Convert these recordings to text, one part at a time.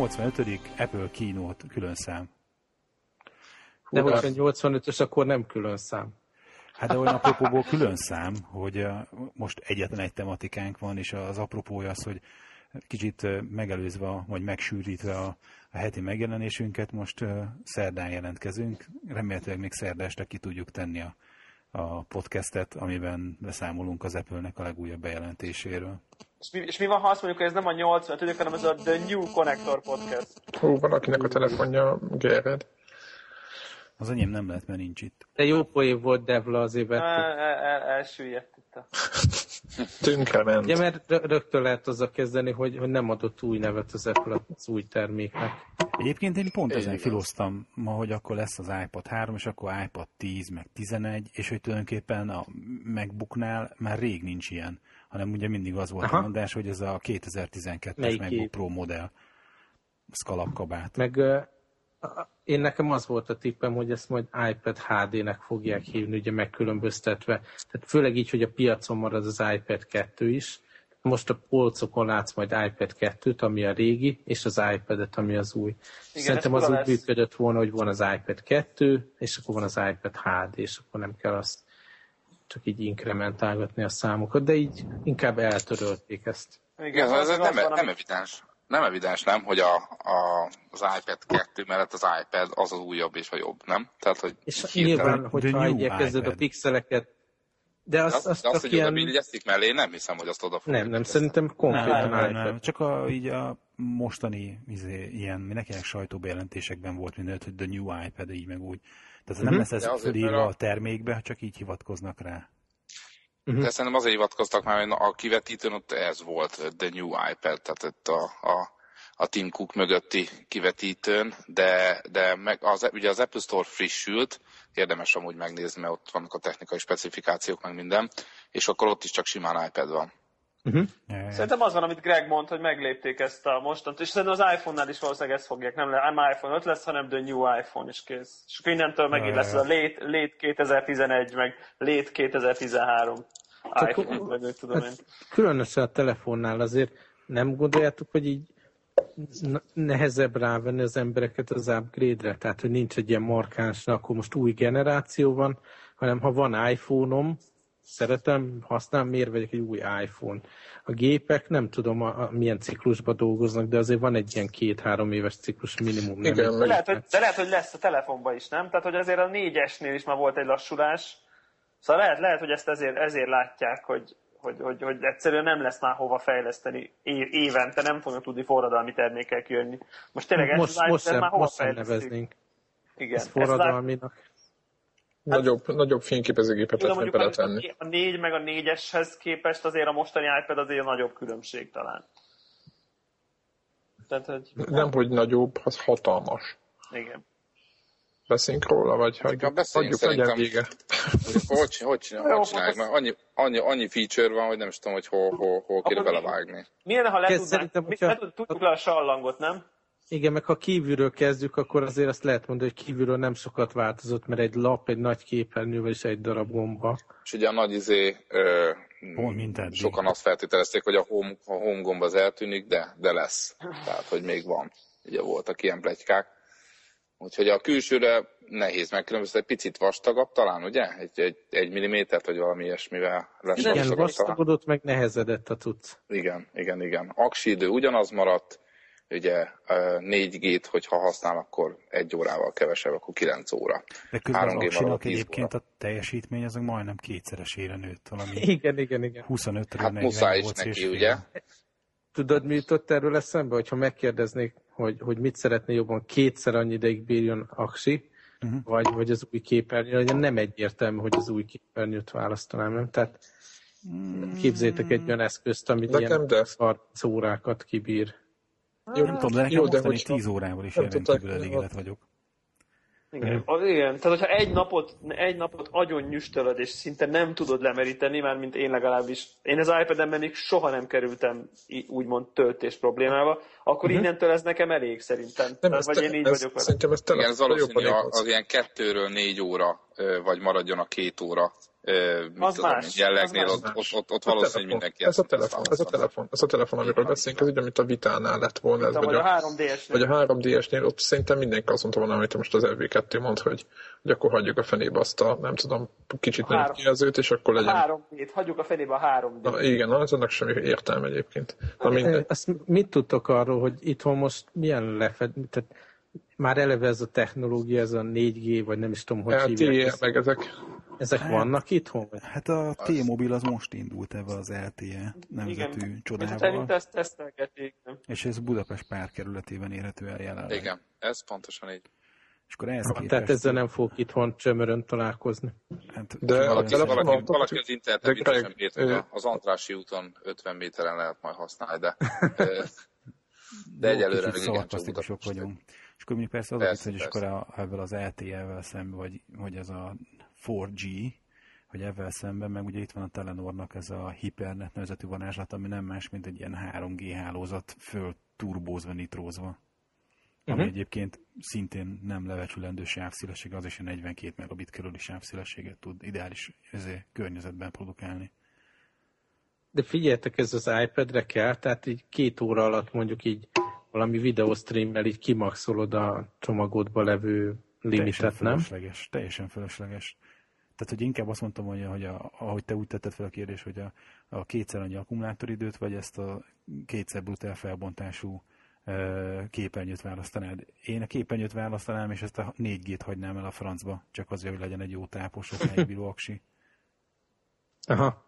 85. Apple Keynote külön szám. De hogyha 85-ös, akkor nem külön szám. Hát de olyan apropóból külön szám, hogy most egyetlen egy tematikánk van, és az apropója az, hogy kicsit megelőzve, vagy megsűrítve a heti megjelenésünket, most szerdán jelentkezünk. Remélhetőleg még szerda este ki tudjuk tenni a podcastet, amiben beszámolunk az Apple-nek a legújabb bejelentéséről. És mi van, ha azt mondjuk, hogy ez nem a 85, hanem ez a The New Connector Podcast? Valakinek a telefonja gered. Az enyém nem lehet, mert nincs itt. De jó poén volt, Devla, azért vettük. Elsüllyedt itt a... Tönkrement. Ugye, mert rögtön lehet azzal kezdeni, hogy nem adott új nevet az Apple az új terméknek. Egyébként én pont ezen filoztam ma, hogy akkor lesz az iPad 3, és akkor iPad 10, meg 11, és hogy tulajdonképpen a MacBooknál már rég nincs ilyen, hanem ugye mindig az volt a mondás, hogy ez a 2012-es MacBook Pro modell, szkalapkabát. Meg én nekem az volt a tippem, hogy ezt majd iPad HD-nek fogják hívni, ugye megkülönböztetve. Tehát főleg így, hogy a piacon marad az iPad 2 is. Most a polcokon látsz majd iPad 2-t, ami a régi, és az iPad-et, ami az új. Igen, szerintem az úgy működött volna, hogy van az iPad 2, és akkor van az iPad HD, és akkor nem kell azt csak így inkrementálgatni a számokat, de így inkább eltörölték ezt. Igen, ez nem evidens. Nem evidens, nem, hogy az iPad 2 mellett az iPad az újabb és a jobb, nem? Tehát, hogy és nyilván, hogyha igyekezded a pixeleket, de azt hogy ilyen... oda billyezték mellé, nem hiszem, hogy azt oda fogjuk. Nem, szerintem konkrétan nem. Csak így a mostani ilyen, mindenkinek sajtóbejelentésekben volt mindenütt, hogy the new iPad, így meg úgy. Tehát nem lesz ez fölírva a termékbe, csak így hivatkoznak rá. De szerintem azért hivatkoztak már, hogy a kivetítőn ott ez volt, the new iPad, tehát itt a Tim Cook mögötti kivetítőn, de meg ugye az Apple Store frissült, érdemes amúgy megnézni, mert ott vannak a technikai specifikációk, meg minden, és akkor ott is csak simán iPad van. Szerintem az van, amit Greg mond, hogy meglépték ezt a mostant, és szerintem az iPhone-nál is valószínűleg ezt fogják, nem iPhone 5 lesz, hanem the new iPhone is kész. És akkor innentől megint lesz a late 2011, meg late 2013 iPhone, meg tudom én. Különösen a telefonnál azért nem gondoljátok, hogy így nehezebb rávenni az embereket az upgrade-re? Tehát, hogy nincs egy ilyen markáns, akkor most új generáció van, hanem ha van iPhone-om, szeretem, használom, miért vegyek egy új iPhone. A gépek nem tudom, milyen ciklusban dolgoznak, de azért van egy ilyen 2-3 éves ciklus minimum. Igen, de lehet, hogy lesz a telefonban is, nem? Tehát, hogy azért a 4S-nél is már volt egy lassulás. Szóval lehet, hogy ezt ezért látják, hogy egyszerűen nem lesz már hova fejleszteni évente, nem fognak tudni forradalmi termékek jönni. Most tényleg most sem neveznénk. Igen, ez forradalminak. Nagyobb fényképezőgépet lehetne beletenni. A 4 meg a 4-eshez képest azért a mostani iPad azért a nagyobb különbség talán. Tehát, hogy... Nem, hogy nagyobb, az hatalmas. Igen. Beszéljünk róla, vagy hagyjuk legyen vége. Hogy csinálják? Mert annyi feature van, hogy nem is tudom, hogy hol kéne belevágni. Milyen, ha tudjuk le a sallangot, nem? Igen, meg ha kívülről kezdjük, akkor azért azt lehet mondani, hogy kívülről nem sokat változott, mert egy lap, egy nagy képernyővel és egy darab gomba. És ugye a nagy sokan azt feltételezték, hogy a home gomb az eltűnik, de lesz. Tehát, hogy még van. Ugye voltak ilyen pletykák. Úgyhogy a külsőre nehéz megkülönböztetni, egy picit vastagabb talán, ugye? Egy millimétert, vagy valami ilyesmivel lesz. Igen, vastagodott, meg nehezedett a cucc. Igen. Aksi idő ugyanaz maradt, ugye 4G-t, hogyha használ, akkor 1 órával kevesebb, akkor 9 óra. De közben az aksinak egyébként a teljesítmény azok majdnem kétszeresére nőtt valami. Igen. 25-ről hát muszáj is neki, ugye? Tudod, mi jutott erről eszembe? Hogyha megkérdeznék, hogy mit szeretné jobban, 2-szer annyi ideig bírjon aksi, vagy az új képernyő, nem egyértelmű, hogy az új képernyőt választanám, nem? Tehát képzeljétek egy olyan eszközt, amit ilyen 30 órákat kibír. Jó, nem tudom, de nekem mostani 10 órával is rendkívül elégedett vagyok. Igen, tehát hogyha egy napot agyon nyüstölöd, és szinte nem tudod lemeríteni, már mint én legalábbis, én az iPad-emben még soha nem kerültem úgymond töltés problémába, akkor innentől ez nekem elég szerintem. Vagy én így vagyok vele. Igen, ez valószínű az ilyen 2-ről 4 óra, vagy maradjon a 2 óra jellegnél, ott valószínűleg mindenki ez a telefon, amiről beszélünk, ez úgy, amit a Vitánál lett volna. Vagy a 3DS-nél. Vagy a 3DS-nél, ott szerintem mindenki azt mondta volna, amit most az FB2 mond, hogy akkor hagyjuk a fenébe azt a, nem tudom, kicsit nem kijelzőt, és akkor legyen. A 3D-t, hagyjuk a fenébe a 3D-t. Na, igen, az annak semmi értelme egyébként. Azt mit tudtok arról, hogy itthon most milyen tehát már eleve ez a technológia, ez a 4G, vagy nem is tudom, hogy hívják. Meg ezek vannak itthon? Hát a T-Mobile az most indult ebbe az LTE nemzetű csodával. Ezt tesztelgetik. És ez Budapest párkerületében érhető el jelenleg. Igen, ez pontosan így. És akkor ehhez képest... Tehát ezzel nem fogok itthon csömörön találkozni. Hát, de valaki az internetet viccesen bírt, hogy az Andrássy úton 50 méteren lehet majd használni, de egyelőre még igen, csak Budapest vagyunk. És akkor még persze az a vicc, hogy akkor ebben az LTE-vel szemben, vagy ez a 4G, hogy ebben szemben, meg ugye itt van a Telenornak ez a HyperNet nevezetű varázslat, ami nem más, mint egy ilyen 3G hálózat föl turbózva, nitrózva. Ami egyébként szintén nem lebecsülendő sávszélessége, az is a 42 megabit körüli sávszélességet tud ideális környezetben produkálni. De figyeljetek, ez az iPad-re kell, tehát így 2 óra alatt mondjuk így valami videostreammel így kimaxolod a csomagodba levő limitet, nem? Teljesen fölösleges. Tehát, hogy inkább azt mondtam, hogy ahogy te úgy tetted fel a kérdést, hogy a kétszer annyi akkumulátoridőt, vagy ezt a kétszer brutál felbontású képernyőt választanád. Én a képernyőt választanám, és ezt a 4G-t hagynám el a francba, csak azért, hogy legyen egy jó tápos, helybíró aksi. Aha.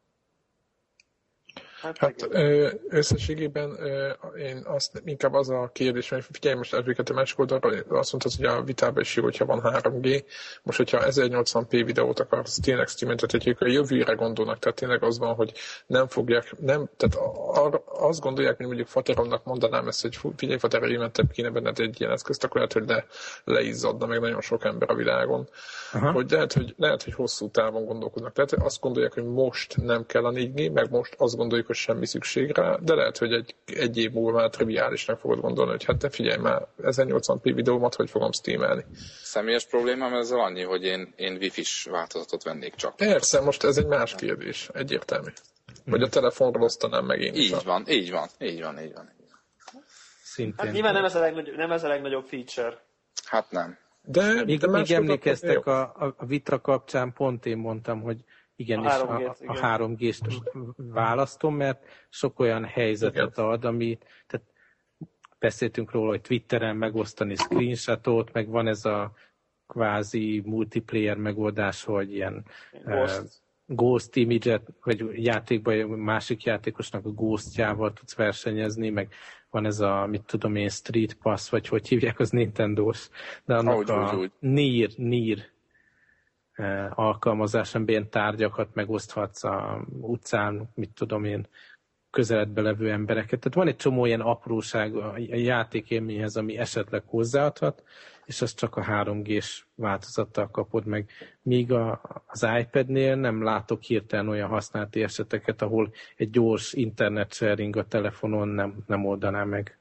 Hát összességében én azt inkább az a kérdés, hogy figyelj most elvéket a másik oldalra, azt mondtad, hogy a vitában is jó, hogyha van 3G. Most, hogyha 1080p videót akarsz tényleg streameltetjük, a jövőre gondolnak, tehát tényleg az van, hogy nem fogják, tehát azt gondolják, hogy mondjuk Fateronnak mondanám ezt, hogy figyelj Fater, éventebb kéne benned egy ilyen eszközt, akkor lehet, hogy leizzadna meg nagyon sok ember a világon. Hogy lehet, hogy hosszú távon gondolkodnak. Tehát azt gondolják, hogy most nem kell a 4G, meg most azt gondoljuk, hogy semmi szükség rá, de lehet, hogy egy év múlva már triviálisnak fogod gondolni, hogy hát te figyelj már, 1080p videómat hogy fogom streamelni. Személyes problémám ezzel annyi, hogy én wifi-s változatot vennék csak. Persze, most ez egy más kérdés, egyértelmű. Vagy a telefonról osztanám meg én. Így van. Szintén. Hát nyilván nem ez a legnagyobb feature. Hát nem. De még emlékeztek a Vitra kapcsán, pont én mondtam, hogy igenis a 3G-st választom, mert sok olyan helyzetet ad, ami, tehát beszéltünk róla, hogy Twitteren megosztani screenshotot, meg van ez a kvázi multiplayer megoldás, hogy ilyen ghost image-et, vagy játékban másik játékosnak a ghostjával tudsz versenyezni, meg van ez a, mit tudom én, Street Pass, vagy hogy hívják, az Nintendo-s, de annak a Nier alkalmazáson ilyen tárgyakat megoszthatsz a utcán, mit tudom én, közeledbe levő embereket. Tehát van egy csomó ilyen apróság a játékélményhez, ami esetleg hozzáadhat, és azt csak a 3G-s változattal kapod meg. Míg az iPad-nél nem látok hirtelen olyan használati eseteket, ahol egy gyors internet sharing a telefonon nem oldaná meg.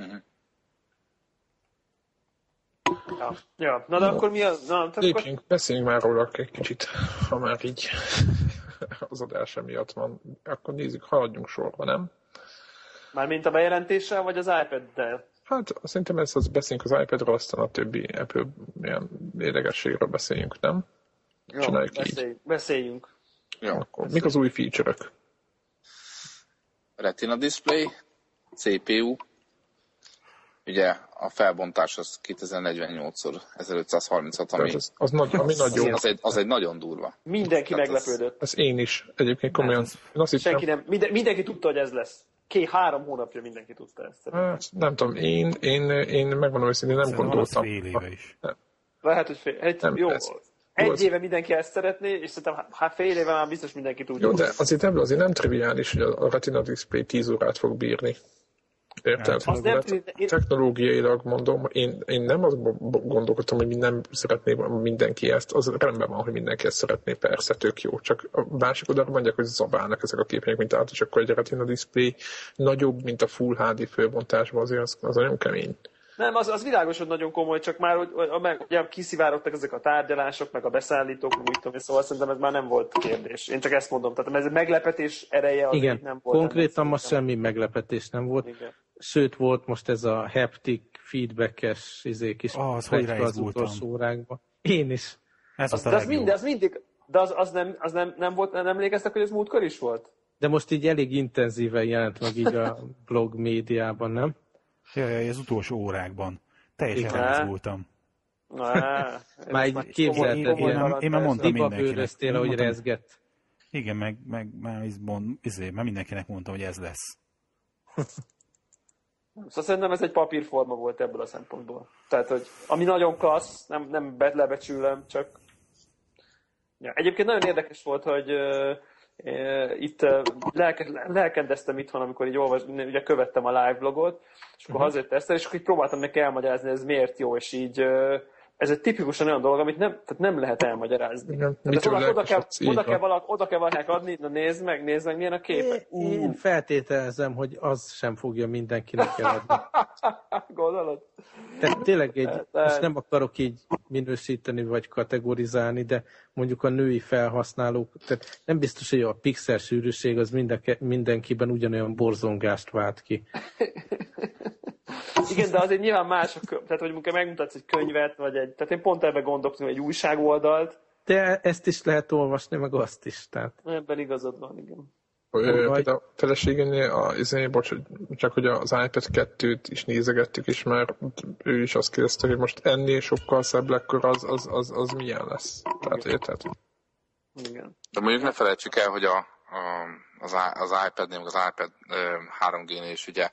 Ja. Na de akkor mi az? Beszéljünk már róla egy kicsit, ha már így az adás miatt van. Akkor nézzük, haladjunk sorba, nem? Mármint a bejelentéssel, vagy az iPad-del? Hát szerintem beszéljünk az iPad-ről, aztán a többi Apple ilyen érdekességről beszéljünk, nem? Jó, beszéljünk. Jó, akkor mik az új feature-ök? Retina display, CPU, ugye a felbontás az 2048x1536, ami nagyon... Az egy nagyon durva. Mindenki meglepődött. Ez én is. Egyébként komolyan. Senki nem. Mindenki tudta, hogy ez lesz. 3 hónapja mindenki tudta ezt. Nem tudom, én megmondom őszintén, nem gondoltam. Fél éve is. Lehet, hogy jó. Egy éve mindenki ezt szeretné, és szerintem fél éve már biztos mindenki tudja. Jó, de azért nem triviális, hogy a Retina Display 10 órát fog bírni. Érted? Technológiailag mondom, én nem azt gondolkodtam, hogy nem szeretné mindenki ezt, az rendben van, hogy mindenki ezt szeretné, persze, tök jó, csak a másik oldalra mondják, hogy zabálnak ezek a képek, mint át, és akkor egy Retina Display nagyobb, mint a Full HD fölbontásban, azért az nagyon kemény. Nem, az világos, hogy nagyon komoly, csak már ugye kiszivárogtak ezek a tárgyalások, meg a beszállítók, úgy tudom, szóval szerintem ez már nem volt kérdés. Én csak ezt mondom, tehát ez a meglepetés ereje az igen, nem volt. konkrétan most semmi meglepetés nem volt. Igen. Sőt, volt most ez a haptic, feedback-es kis plegyka az utolsó órákban. Én is. Az mindig, de az nem volt, nem emlékeztek, hogy ez múltkor is volt? De most így elég intenzíven jelent meg így a blog médiában, nem? Jaj, az utolsó órákban. Teljesen elizgultam. Már így képzelted, én már mondtam mindenkinek. Ahogy rezgett. Igen, meg már mindenkinek mondtam, hogy ez lesz. Szóval szerintem ez egy papírforma volt ebből a szempontból. Tehát, hogy ami nagyon klassz, nem lebecsülöm, csak... Ja, egyébként nagyon érdekes volt, hogy itt lelkendeztem itthon, amikor így ugye követtem a live blogot, és akkor hazajött Eszter, és akkor így próbáltam neki elmagyarázni, ez miért jó, és így ez egy tipikusan olyan dolog, amit nem lehet elmagyarázni. Oda kell valakinek adni, na nézd meg, milyen a képek. Én feltételezem, hogy az sem fogja mindenkinek eladni. Gondolod? Tehát tényleg most nem akarok így minősíteni vagy kategorizálni, de mondjuk a női felhasználók, tehát nem biztos, hogy a pixel sűrűség az mindenkiben ugyanolyan borzongást vált ki. Igen, de azért nyilván mások, tehát hogy amikor megmutatsz egy könyvet, vagy tehát én pont ebben gondoltam, egy újságoldalt. De ezt is lehet olvasni, meg azt is. Tehát. Ebben igazad van, igen. A feleségénél, csak hogy az iPad 2-t is nézegettük, és már ő is azt kérdezte, hogy most ennél sokkal szebb akkor az milyen lesz. Tehát érted? Igen. De mondjuk ne felejtsük el, hogy az iPad-nél, az iPad 3G-nél is ugye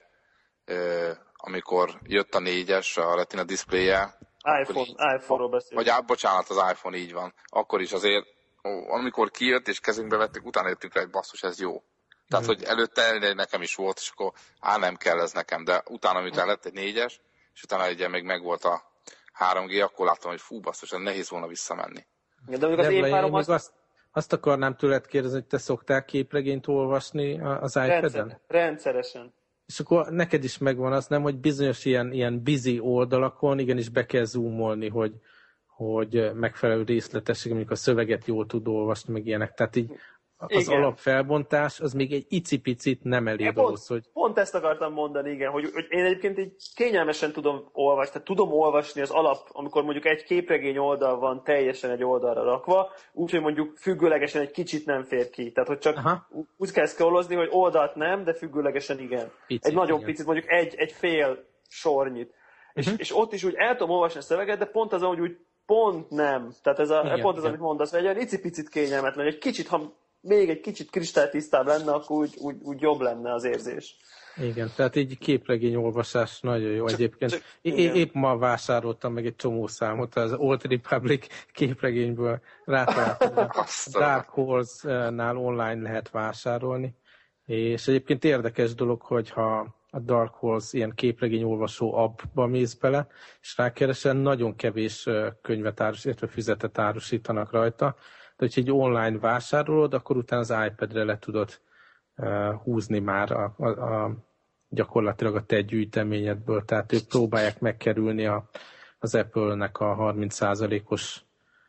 amikor jött a 4-es, a Retina display-je, iPhone-ról beszélünk. Vagy bocsánat, az iPhone így van. Akkor is azért, amikor kijött és kezünkbe vettük, utána jöttünk rá, hogy basszus, ez jó. Tehát, hogy előtte nekem is volt, és akkor nem kell ez nekem, de utána, miután lett egy 4-es, és utána ugye még megvolt a 3G, akkor láttam, hogy fú, basszus, nehéz volna visszamenni. Ja, de az én párom azt akarnám tőled kérdezni, hogy te szoktál képregényt olvasni az iPad-en? Rendszeresen. És akkor neked is megvan az, nem, hogy bizonyos ilyen busy oldalakon igenis be kell zoomolni, hogy megfelelő részletesség, mondjuk a szöveget jól tud olvasni, meg ilyenek. Tehát így az alapfelbontás az még egy icipicit nem elég ahhoz, hogy... Pont ezt akartam mondani, igen, hogy én egyébként így kényelmesen tudom olvasni, tehát tudom olvasni az alap, amikor mondjuk egy képregény oldal van teljesen egy oldalra rakva, úgyhogy mondjuk függőlegesen egy kicsit nem fér ki. Tehát, hogy csak úgy kell scrollozni, hogy oldalt nem, de függőlegesen igen. Picit, egy nagyon picit, mondjuk egy fél sornyit. És ott is úgy el tudom olvasni a szöveget, de pont az, hogy úgy pont nem. Tehát pont az, amit mondasz, hogy egy icipicit kényelmetlen, egy kicsit, ha még egy kicsit kristálytisztább lenne, akkor úgy jobb lenne az érzés. Igen, tehát így képregényolvasás nagyon jó egyébként. Épp ma vásároltam meg egy csomó számot az Old Republic képregényből. Rátaláltam, Dark Horse-nál online lehet vásárolni. És egyébként érdekes dolog, hogyha a Dark Horse ilyen képregényolvasó appba mész bele, és rákeresel, nagyon kevés könyvet illetve füzetet árusítanak rajta. De hogyha egy online vásárolod, akkor utána az iPad-re le tudod húzni már gyakorlatilag a te gyűjteményedből. Tehát ők próbálják megkerülni az Apple-nek a 30%-os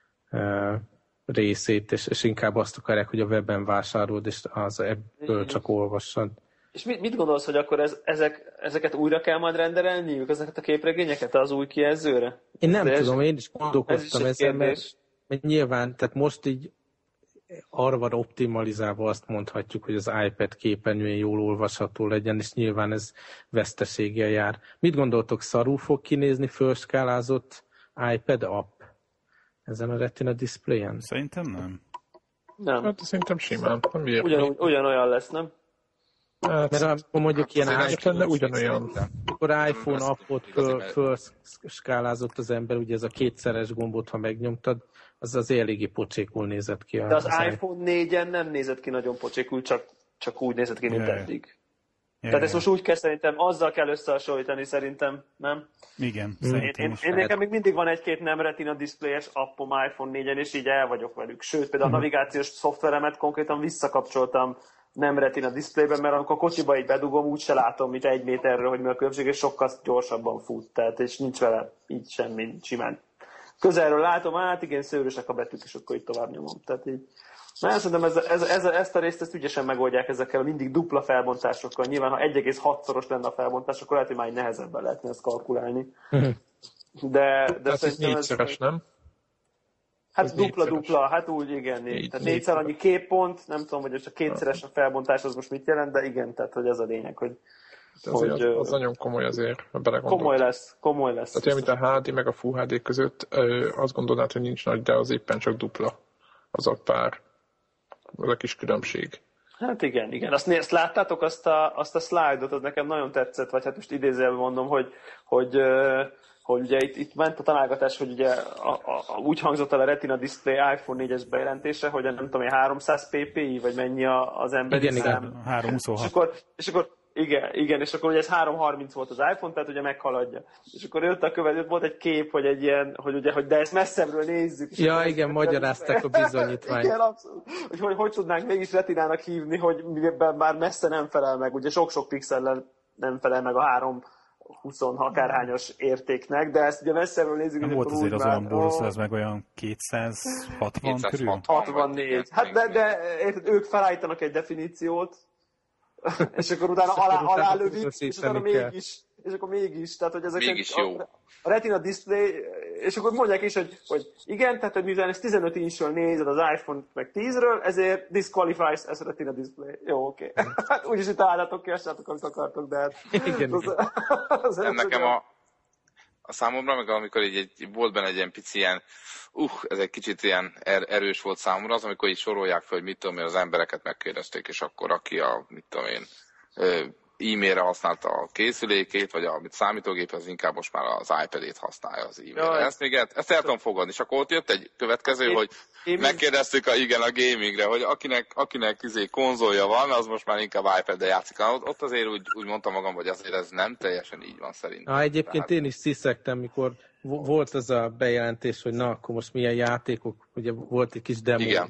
részét, és inkább azt akarják, hogy a webben vásárold, és az ebből csak olvassad. És mit gondolsz, hogy akkor ezeket újra kell majd renderelniük, ezeket a képregényeket az új kijelzőre? Én nem tudom, én is gondolkoztam ezzel, mert nyilván, tehát most így arra van optimalizálva azt mondhatjuk, hogy az iPad képernyőjén jól olvasható legyen, és nyilván ez veszteséggel jár. Mit gondoltok, szarul fog kinézni fölskálázott iPad app ezen a Retina displayen? Szerintem nem. Nem. Hát szerintem simán. Ugyanolyan lesz, nem? Hát, mert akkor mondjuk ilyen ugyanolyan. Akkor iPhone appot fölskálázott az ember, ugye ez a kétszeres gombot, ha megnyomtad, az eléggé pocsékul nézett ki. De az iPhone 4-en nem nézett ki nagyon pocsékul, csak úgy nézett ki, mint eddig. Tehát ezt most úgy kell szerintem, azzal kell összehasonlítani szerintem, nem? Igen, szerintem is. Én nekem még mindig van egy-két nem Retina diszpléjes appom iPhone 4-en, és így el vagyok velük. Sőt, például a navigációs szoftveremet konkrétan visszakapcsoltam nem retina diszplében, mert amikor a kocsiba így bedugom, úgyse látom, mint 1 méterről, hogy mi a különbség, és sokkal gyorsabban fut, tehát és nincs vele így semmi, simán. Közelről látom, hát igen, szőrösek a betűk, és akkor így tovább nyomom. Tehát így. Mert szerintem ezt a részt ügyesen megoldják ezekkel mindig dupla felbontásokkal. Nyilván, ha 1,6-szoros lenne a felbontás, akkor lehet, hogy már nehezebben lehetne ezt kalkulálni. De szerintem ez 4-szeres, nem? Hát dupla, hát úgy igen. Tehát 4-szer annyi képpont, nem tudom, hogy csak 2-szeres a felbontás, az most mit jelent, de igen, tehát hogy ez a lényeg, hogy... Az nagyon komoly azért, ha belegondolod. Komoly lesz. Tehát olyan, mint a HD meg a Full HD között, azt gondolnád, hogy nincs nagy, de az éppen csak dupla. Az a pár. Az a kis különbség. Hát igen. Azt láttátok, azt a slide-ot, az nekem nagyon tetszett, vagy hát most idézőjelben mondom, hogy ugye itt ment a találgatás, hogy ugye úgy hangzott el a Retina Display iPhone 4-es bejelentése, hogy nem tudom, 300 ppi, vagy mennyi az emberi szám. Igen, 326. És akkor igen, és akkor ugye ez 330 volt az iPhone, tehát ugye meghaladja. És akkor jött a következő, volt egy kép, hogy egy ilyen, hogy de ezt messzebbről nézzük. Ja, igen, magyarázták a bizonyítványt. Igen, abszolút. Hogy tudnánk mégis retinának hívni, hogy miben már messze nem felel meg, ugye sok pixellel nem felel meg a 320 akárhányos értéknek, de ezt ugye messzebbről nézzük. Nem volt azért az olyan borzasztó, az meg olyan 260 körül? 64. Hát de érted, ők felállítanak egy definíciót, és akkor utána alálövik, és utána mégis, és akkor mégis, tehát hogy ezek mégis jó. A Retina Display, és akkor mondják is, hogy igen, tehát hogy mivel ez 15 inchről nézed az iPhone meg 10-ről, ezért disqualifies as Retina Display. Jó, oké. Hát úgyis itt állnátok ki, assátok, amit akartok, de hát... Igen. Nekem a számomra, meg amikor így volt benne egy ilyen pici ilyen, ez egy kicsit ilyen erős volt számomra, az, amikor így sorolják fel, hogy mit tudom én, az embereket megkérdezték, és akkor aki e-mailre használta a készülékét, vagy amit számítógép, az inkább most már az iPad-ét használja az e-mailre. Ezt el tudom fogadni, és akkor ott jött egy következő, hogy megkérdeztük a gamingre, hogy akinek konzolja van, az most már inkább iPad-del játszik. Ott azért úgy mondtam magam, hogy azért ez nem teljesen így van szerintem. Egyébként én is sziszegtem, mikor volt az a bejelentés, hogy na, akkor most milyen játékok, ugye volt egy kis demo. Igen.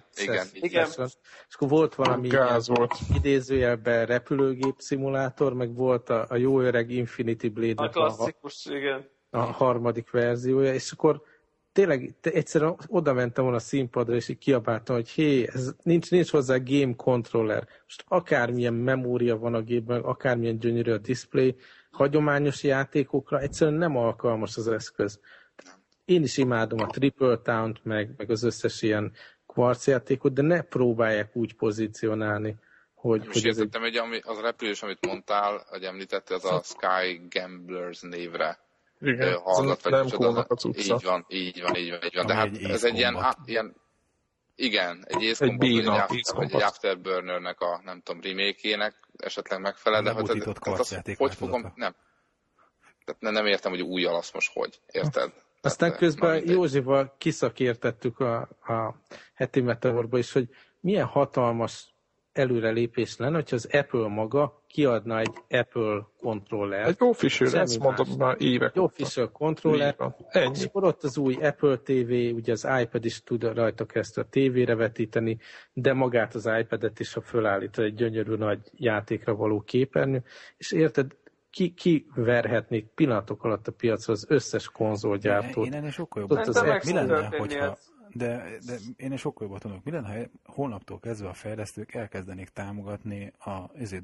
És akkor volt valami idézőjelben repülőgép szimulátor, meg volt a jó öreg Infinity Blade-nek a klasszikus, igen. A harmadik verziója, és akkor tényleg egyszerűen oda mentem volna a színpadra, és így kiabáltam, hogy hé, ez nincs hozzá game controller. Most akármilyen memória van a gépben, akármilyen gyönyörű a display, hagyományos játékokra egyszerűen nem alkalmas az eszköz. Én is imádom a Triple Town-t, meg az összes ilyen kvarc játékot, de ne próbálják úgy pozícionálni, hogy értettem, hogy az repülés, amit mondtál, hogy említette, az a Sky Gamblers névre. Igen, nem kónak az utca. Így van. De hát ez egy ilyen igen, egy Ace Combat, vagy egy Afterburner-nek a, nem tudom, remake-ének esetleg megfelel, de hogy fogom, nem. Tehát nem értem, hogy újjal azt most hogy, érted? Aztán közben Józsival kiszakértettük a heti Meteorba is, hogy milyen hatalmas előrelépés lenne, hogyha az Apple maga kiadna egy Apple controller. Egy official, ezt mondom már évek óta. Egy official controller, és akkor ott az új Apple TV, ugye az iPad is tud rajta kezdve a tévére vetíteni, de magát az iPad-et is, ha fölállít egy gyönyörű nagy játékra való képernyő, és érted, ki verhetnék pillanatok alatt a piacra az összes konzolgyártót. Én ennél sokkal jobban. Mi lenne, hogyha... De én is sokkal jobban tudok. Mi lenne, ha holnaptól kezdve a fejlesztők elkezdenék támogatni a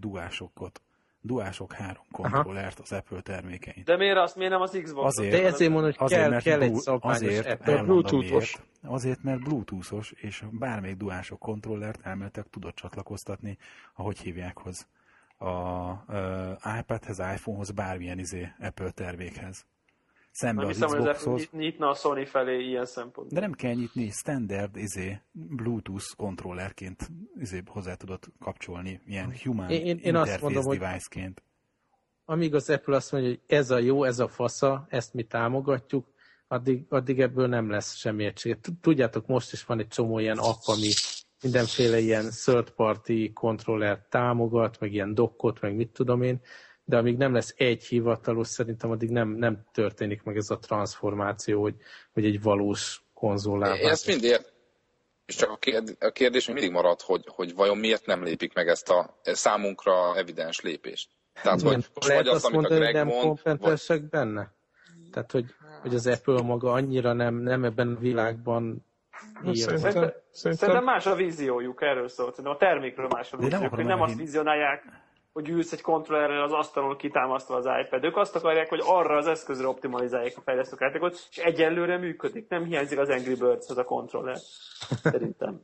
DualShock 3 kontrollert az Apple termékein? De miért nem az Xbox? De ezért mondom, hogy kell egy szabványos Apple. Bluetooth-os. Azért, mert Bluetooth-os, és bármelyik DualShock kontrollert elméletileg tudod csatlakoztatni, ahogy hívjákhoz. A iPadhez, iPhonehoz, bármilyen Apple termékhez. Szembe az Xboxhoz. Hogy nyitna a Sony felé ilyen szempontból. De nem kell nyitni, standard Bluetooth kontrollerként hozzá tudod kapcsolni, ilyen human interface device-ként. Amíg az Apple azt mondja, hogy ez a jó, ez a fasza, ezt mi támogatjuk, addig ebből nem lesz semmi egység. Tudjátok, most is van egy csomó ilyen app, ami mindenféle ilyen third party kontroller támogat, meg ilyen dockot, meg mit tudom én, de amíg nem lesz egy hivatalos, szerintem addig nem történik meg ez a transformáció, hogy egy valós konzollá. Ezt mind És csak a kérdés még mindig marad, hogy vajon miért nem lépik meg ezt a számunkra evidens lépést. Tehát, hogy lehet azt mondani, hogy nem kompetensek benne? Tehát, hogy az Apple maga annyira nem ebben a világban ír. Szerintem más a víziójuk, erről szólt. Szerintem a termékről más a víziójuk, hogy nem azt vizionálják, hogy ülsz egy kontrollerrel az asztalon kitámasztva az iPad. Ők azt akarják, hogy arra az eszközre optimalizálják a fejlesztők játékot, és egyelőre működik. Nem hiányzik az Angry Birds-hez a kontroller. Szerintem.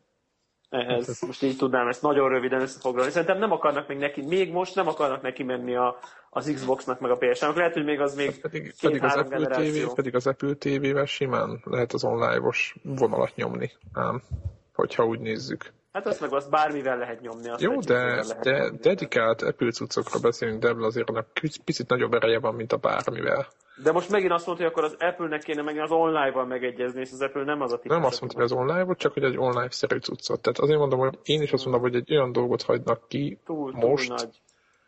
Ehhez most így tudnám ezt nagyon röviden összefoglalni. Szerintem nem akarnak még most nem akarnak neki menni az Xbox-nak meg a PS-nak. Lehet, hogy még az még két-három generáció. Pedig az Apple TV-vel simán lehet az online-os vonalat nyomni. Ám, hogyha úgy nézzük. Hát azt bármivel lehet nyomni. Jó, de dedikált Apple cuccokra beszélünk, de azért annak picit nagyobb ereje van, mint a bármivel. De most megint azt mondta, hogy akkor az Apple-nek kéne megint az online-val megegyezni, és az Apple nem az a típus. Nem azt mondta, hogy az online volt, csak hogy egy online-szerű cuccot. Tehát azért mondom, hogy én is azt mondom, hogy egy olyan dolgot hagynak ki most. Túl nagy.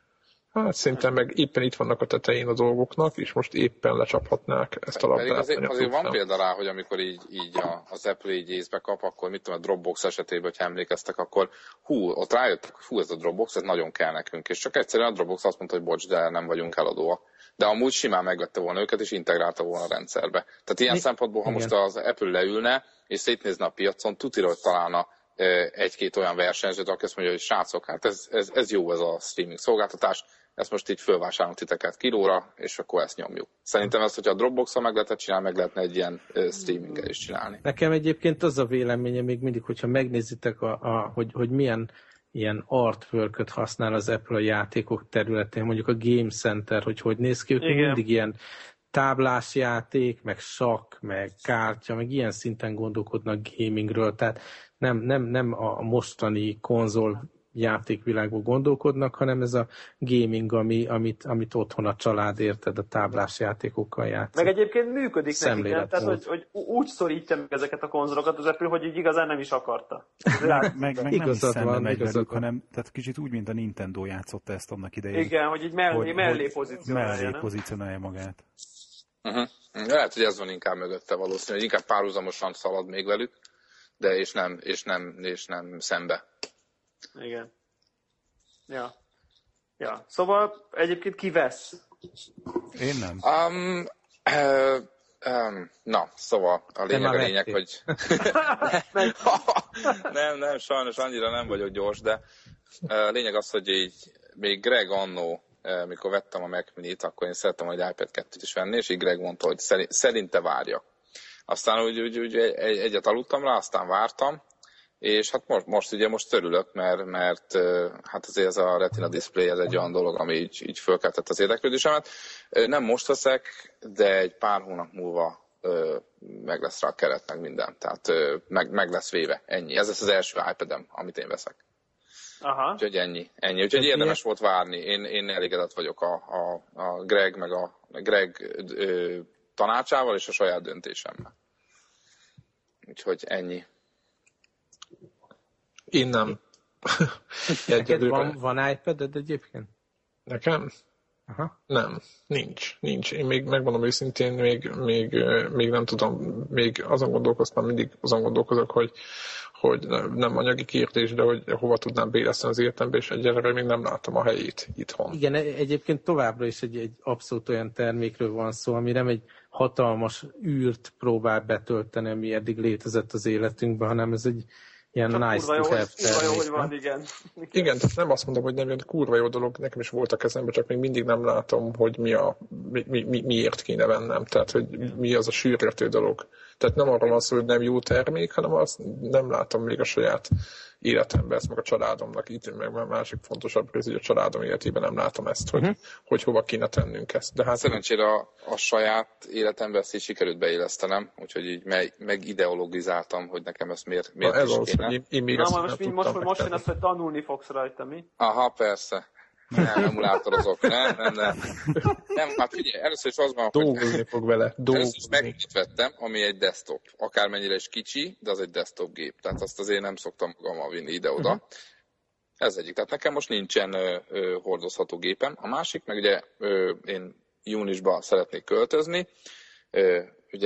Hát szerintem meg éppen itt vannak a tetején a dolgoknak, és most éppen lecsaphatnák ezt a labdát. Azért van példa rá, hogy amikor így az Apple így észbe kap, akkor mit tudom, a Dropbox esetében, hogyha emlékeztek, akkor ott rájöttek, hogy ez a Dropbox, ez nagyon kell nekünk. És csak egyszerűen a Dropbox azt mondta, hogy bocs, de nem vagyunk eladóak. De amúgy simán megvette volna őket, és integrálta volna a rendszerbe. Tehát ilyen szempontból, ha most az Apple leülne, és szétnézne a piacon, tutira, hogy találna egy-két olyan versenyzőt, aki azt mondja, hogy srácok, hát ez jó ez a streaming szolgáltatás, ezt most így fölvásárolunk titeket kilóra, és akkor ezt nyomjuk. Szerintem ezt, hogyha a Dropbox-on meg lehetett csinálni, meg lehetne egy ilyen streaminggel is csinálni. Nekem egyébként az a véleménye még mindig, hogyha megnézitek, hogy milyen ilyen artwork-öt használ az Apple a játékok területén, mondjuk a Game Center, hogy néz ki, ők mindig ilyen táblás játék, meg sakk, meg kártya, meg ilyen szinten gondolkodnak gamingről, tehát nem a mostani konzol játékvilágból gondolkodnak, hanem ez a gaming, amit otthon a család, érted, a táblás játékokkal játszik. Meg egyébként működik nekik, tehát hogy úgy szorítja meg ezeket a konzolokat az Apple, hogy így igazán nem is akarta. meg nem is szembe megy velük, hanem tehát kicsit úgy, mint a Nintendo játszotta ezt annak idején. Igen, hogy így mellé pozícionálja magát. Lehet, hogy ez van inkább mögötte valószínű, hogy inkább párhuzamosan szalad még velük, de és nem szembe. Igen. Ja. Szóval egyébként ki vesz? Én nem. Na, szóval a lényeg, hogy... nem, sajnos annyira nem vagyok gyors, de a lényeg az, hogy így még Greg annó, mikor vettem a Mac Mini-t, akkor én szerettem, hogy iPad 2-t is venni, és így Greg mondta, hogy szerinte várja. Aztán úgy egyet aludtam rá, aztán vártam, és hát most örülök, mert hát azért ez a Retina display, ez egy olyan dolog, ami így fölkeltett az érdeklődésemet. Nem most veszek, de egy pár hónap múlva meg lesz rá a keret, meg minden. Tehát meg lesz véve, ennyi. Ez lesz az első iPad-em, amit én veszek. Aha. Úgyhogy ennyi. Úgyhogy érdemes volt várni. Én elégedett vagyok a Greg, meg a Greg tanácsával és a saját döntésemmel. Úgyhogy ennyi. Én nem. Neked van iPad-ed egyébként? Nekem? Aha. Nem, nincs. Én még megmondom őszintén, még nem tudom, még mindig azon gondolkozok, hogy nem anyagi kérdés, de hogy hova tudnám beilleszteni az életembe, és egyelőre még nem látom a helyét itthon. Igen, egyébként továbbra is egy abszolút olyan termékről van szó, ami nem egy hatalmas űrt próbál betölteni, ami eddig létezett az életünkben, hanem ez egy ilyen csak nice to have termék. Hogy van, igen. Igen, tehát nem azt mondom, hogy nem jön, kurva jó dolog, nekem is volt a kezemben, csak még mindig nem látom, hogy miért kéne vennem, tehát hogy mi az a sürgető dolog. Tehát nem arról van szó, hogy nem jó termék, hanem azt nem látom még a saját életemben, ezt meg a családomnak, itt meg a másik fontosabb rész, hogy a családom életében nem látom ezt, hogy hova kéne tennünk ezt. De hát szerencsére a saját életemben ezt így sikerült beillesztenem, úgyhogy így megideologizáltam, hogy nekem ezt miért is kéne. Most jön az, hogy tanulni fogsz rajta, mi? Aha, persze. Nem emulátorozok, nem. Nem, hát figyelj, először is az van, hogy dolgozni fog vele. Először is Mac-et vettem, ami egy desktop. Akármennyire is kicsi, de az egy desktop gép. Tehát azt azért nem szoktam magammal vinni ide-oda. Ez egyik. Tehát nekem most nincsen hordozható gépem. A másik, meg ugye én júniusban szeretnék költözni. Ugye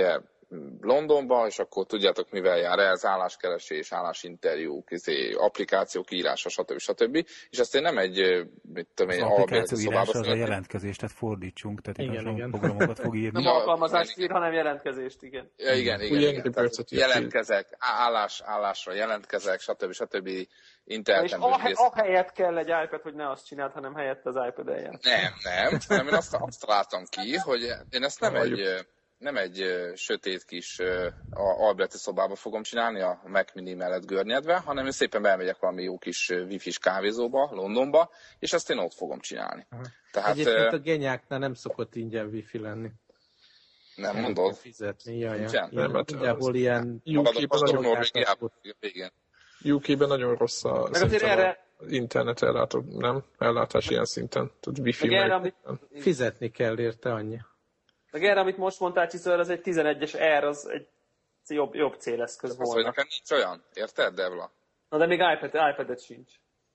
Londonba, és akkor tudjátok, mivel jár ez, álláskeresés, állásinterjúk, applikációk írása, stb. És ezt én nem egy, mit tudom én, applikáció írása az a jelentkezést, tehát fordítsunk, tehát igen. Programokat fog írni. Nem alkalmazást ír, hanem jelentkezést, igen. Ja, igen. Jelentkezek, állásra jelentkezek, stb. Interneten és ahelyett kell egy iPad, hogy ne azt csináld, hanem helyett az iPad-en jár. Nem, én azt találtam ki, hogy én ezt nem egy sötét kis alberti szobába fogom csinálni, a Mac Mini mellett görnyedve, hanem én szépen belmegyek valami jó kis wifi-s kávézóba, Londonba, és ezt én ott fogom csinálni. Tehát, egyébként a genyáknál nem szokott ingyen wifi lenni. Nem mondod? Fizetni, jaj. Mindenhol ilyen UK-ben nagyon rossz az internet ellátás ilyen szinten. Tehát wifi fizetni kell érte annyi. Meg erre, amit most mondtál, Csiszor, az egy 11-es R, az egy jobb céleszköz volna. Az, hogy nekem nincs olyan, érted, Devla? Na de még iPad-et sincs.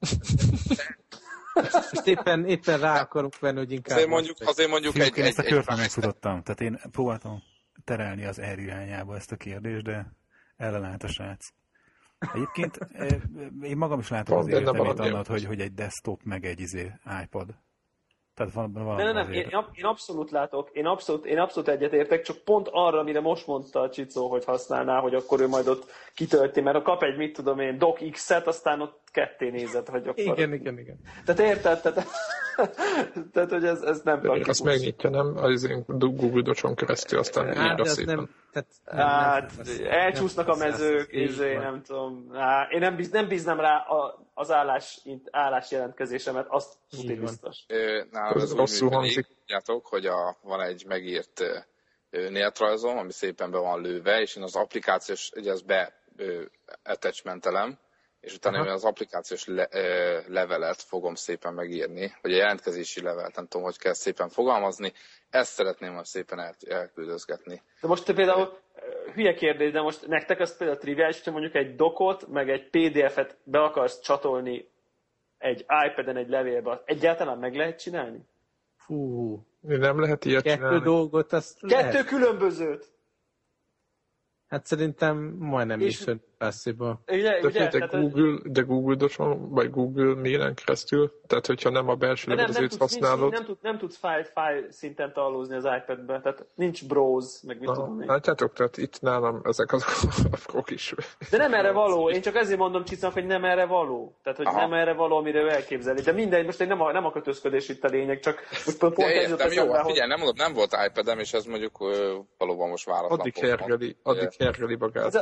Most éppen rá akarunk venni, hogy inkább... Azért mondjuk én ezt a kört már megfutottam, tehát én próbáltam terelni az R irányába ezt a kérdést, de ellenállt a srác. Egyébként én magam is látom az értelmét annak, hogy egy desktop meg egy iPad. Tehát nem, én abszolút látok, én abszolút egyetértek, csak pont arra, amire most mondta a Csicó, hogy használná, hogy akkor ő majd ott kitölti, mert ha kap egy, mit tudom én, DocX-et, aztán ott ketté nézett, hogy akkor... Igen. Tehát érted? Tehát, hogy ez nem praktikus. Azt megnyitja, nem? Az én Google Docson keresztül, aztán írja szépen. Elcsúsznak a mezők, nem tudom. Én nem bíznám rá az állásjelentkezésemet, azt biztos. Nálam ez úgy működik, tudjátok, hogy van egy megírt néletrajzom, ami szépen be van lőve, és én az applikációs, ugye az attachmentelem, és utána én az applikációs levelet fogom szépen megírni, vagy a jelentkezési levelet, nem tudom, hogy kell szépen fogalmazni, ezt szeretném most szépen elküldözgetni. De most te például, hülye kérdés, de most nektek az például triviális, hogyha mondjuk egy dokot, meg egy PDF-et be akarsz csatolni egy iPad-en egy levélbe, egyáltalán meg lehet csinálni? Fú, nem lehet ilyet csinálni. Dolgot, azt Kettő különbözőt? Hát szerintem majdnem Mission Impossible. De Google Docson, vagy Google Mailen keresztül, tehát hogyha nem a belső levelezőt használod. Nem tudsz file szinten tallózni az iPad-be, tehát nincs browse, meg mit tudom én. Látjátok, tehát itt nálam ezek az aprok is. De nem erre való, én csak ezért mondom Csicának, hogy nem erre való. Tehát, hogy nem erre való, amire ő elképzeli. De mindegy, most nem a kötözködés itt a lényeg, csak most pont ez jutott eszembe, hogy... Figyelj, nem volt iPad-em, és ez mondjuk valóban most váratlan. Addig hergeli magát.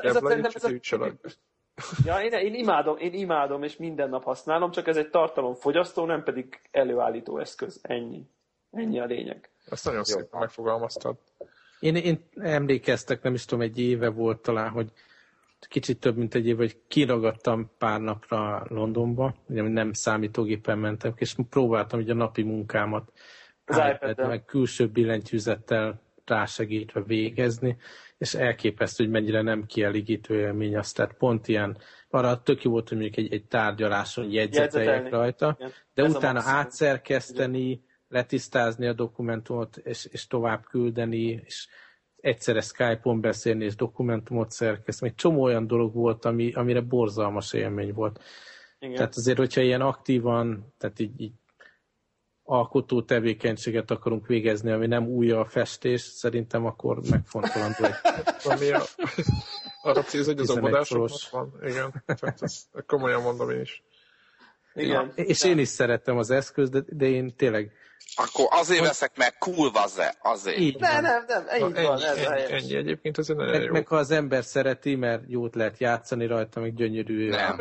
Ja, én imádom, és minden nap használom, csak ez egy tartalomfogyasztó, nem pedig előállító eszköz. Ennyi a lényeg. Ezt nagyon szépen megfogalmaztad. Én emlékeztek, nem is tudom, egy éve volt talán, hogy kicsit több, mint egy év, hogy kiragadtam pár napra Londonba, ugye nem számítógépen mentem, és próbáltam ugye a napi munkámat meg külső billentyűzettel rásegítve végezni, és elképesztő, hogy mennyire nem kielégítő élmény az. Tehát pont ilyen, arra tök jó volt, hogy mondjuk egy tárgyaláson jegyzeteljek rajta, de ez utána átszerkeszteni, letisztázni a dokumentumot, és tovább küldeni, és egyszerre Skype-on beszélni, és dokumentumot szerkeszteni. Egy csomó olyan dolog volt, amire borzalmas élmény volt. Igen. Tehát azért, hogyha ilyen aktívan, tehát így alkotó tevékenységet akarunk végezni, ami nem új a festés, szerintem akkor megfontolandó egy... Arra célz, hogy az abadások van. Igen, tehát ezt komolyan mondom én is. Igen. És én is szerettem az eszközt, de én tényleg... Akkor azért veszek meg, cool vaze, azért. Nem, így van, ez a helyes. Ennyi egyébként azért nagyon jó. Meg ha az ember szereti, mert jót lehet játszani rajta, meg gyönyörű. Nem,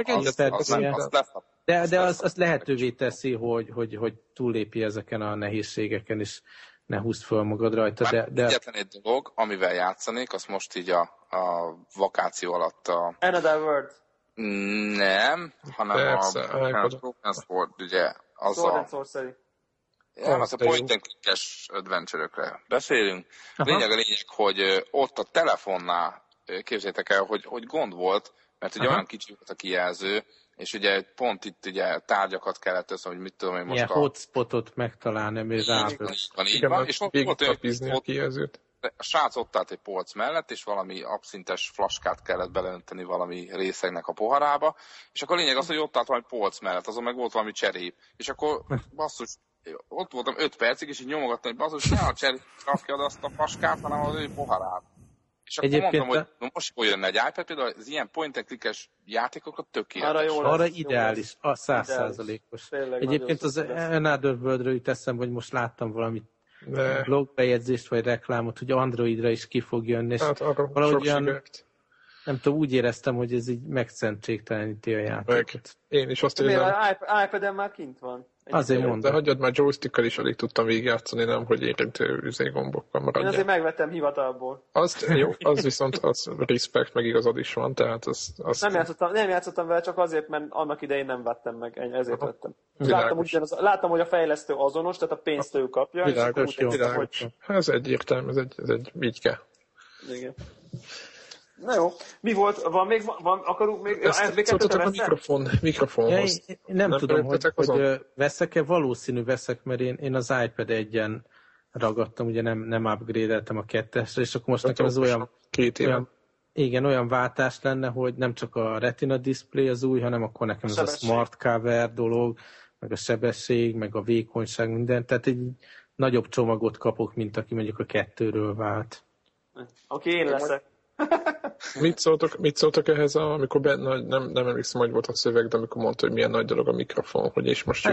de az lehetővé teszi, hogy túllépi ezeken a nehézségeken, és ne húzd föl magad rajta. De... Egyetlen egy dolog, amivel játszanék, az most így a vakáció alatt Another World. Nem, hanem a Broken Sword, ugye, az az a point and click-es adventure-ökre beszélünk. A lényeg, hogy ott a telefonnál képzeljétek el, hogy gond volt, mert ugye olyan kicsi volt a kijelző, és ugye pont itt ugye tárgyakat kellett össze, hogy mit tudom én most hotspotot megtalálni, ami ráből. Így van, és végigtapizni a kijelzőt. A srác ott állt egy polc mellett, és valami abszintes flaskát kellett beleönteni valami részegnek a poharába, és akkor a lényeg az, hogy ott állt valami polc mellett, azon meg volt valami cserép. És akkor basszus, ott voltam 5 percig, és így nyomogattam, hogy basszus, ne a cserép rakjad azt a flaskát, hanem az ő poharát. És akkor mondtam, hogy most jönne egy iPad, például az ilyen point-and-click-es játékokat tökéletes. Arra ideális, a 100%-os. Egyébként az Another World-ről jut eszembe, hogy most láttam valami blogbejegyzést vagy reklámot, hogy Androidra is ki fog jönni, és hát valahogy olyan, nem tudom, úgy éreztem, hogy ez így megszentségteleníti a játékot. Én is azt érzem. iPad-en már kint van. Azért mondom. De hagyjad már, joystickkal is alig tudtam végigjátszani, nem, hogy érintő gombokkal maradjál. Én azért megvettem hivatalból. Jó, az viszont az respect, meg igazad is van, tehát az... Nem játszottam vele, csak azért, mert annak idején nem vettem meg, ezért vettem. Láttam, hogy a fejlesztő azonos, tehát a pénzt ő kapja. Világos, jó. Ez egyértelmű, ez egy így kell. Igen. Na jó, mi volt? Akarunk még... Szóltatok a mikrofonhoz. Ja, nem tudom, hogy veszek-e, valószínű veszek, mert én az iPad 1-en ragadtam, ugye nem upgrade-eltem a 2-esre, és akkor most nekem ez olyan váltás lenne, hogy nem csak a Retina display az új, hanem akkor nekem ez a smart cover dolog, meg a sebesség, meg a vékonyság, minden, tehát egy nagyobb csomagot kapok, mint aki mondjuk a 2-ről vált. Oké, én leszek. Mit szóltok ehhez, amikor nem emlékszem, hogy volt a szöveg, de amikor mondta, hogy milyen nagy dolog a mikrofon, hogy és most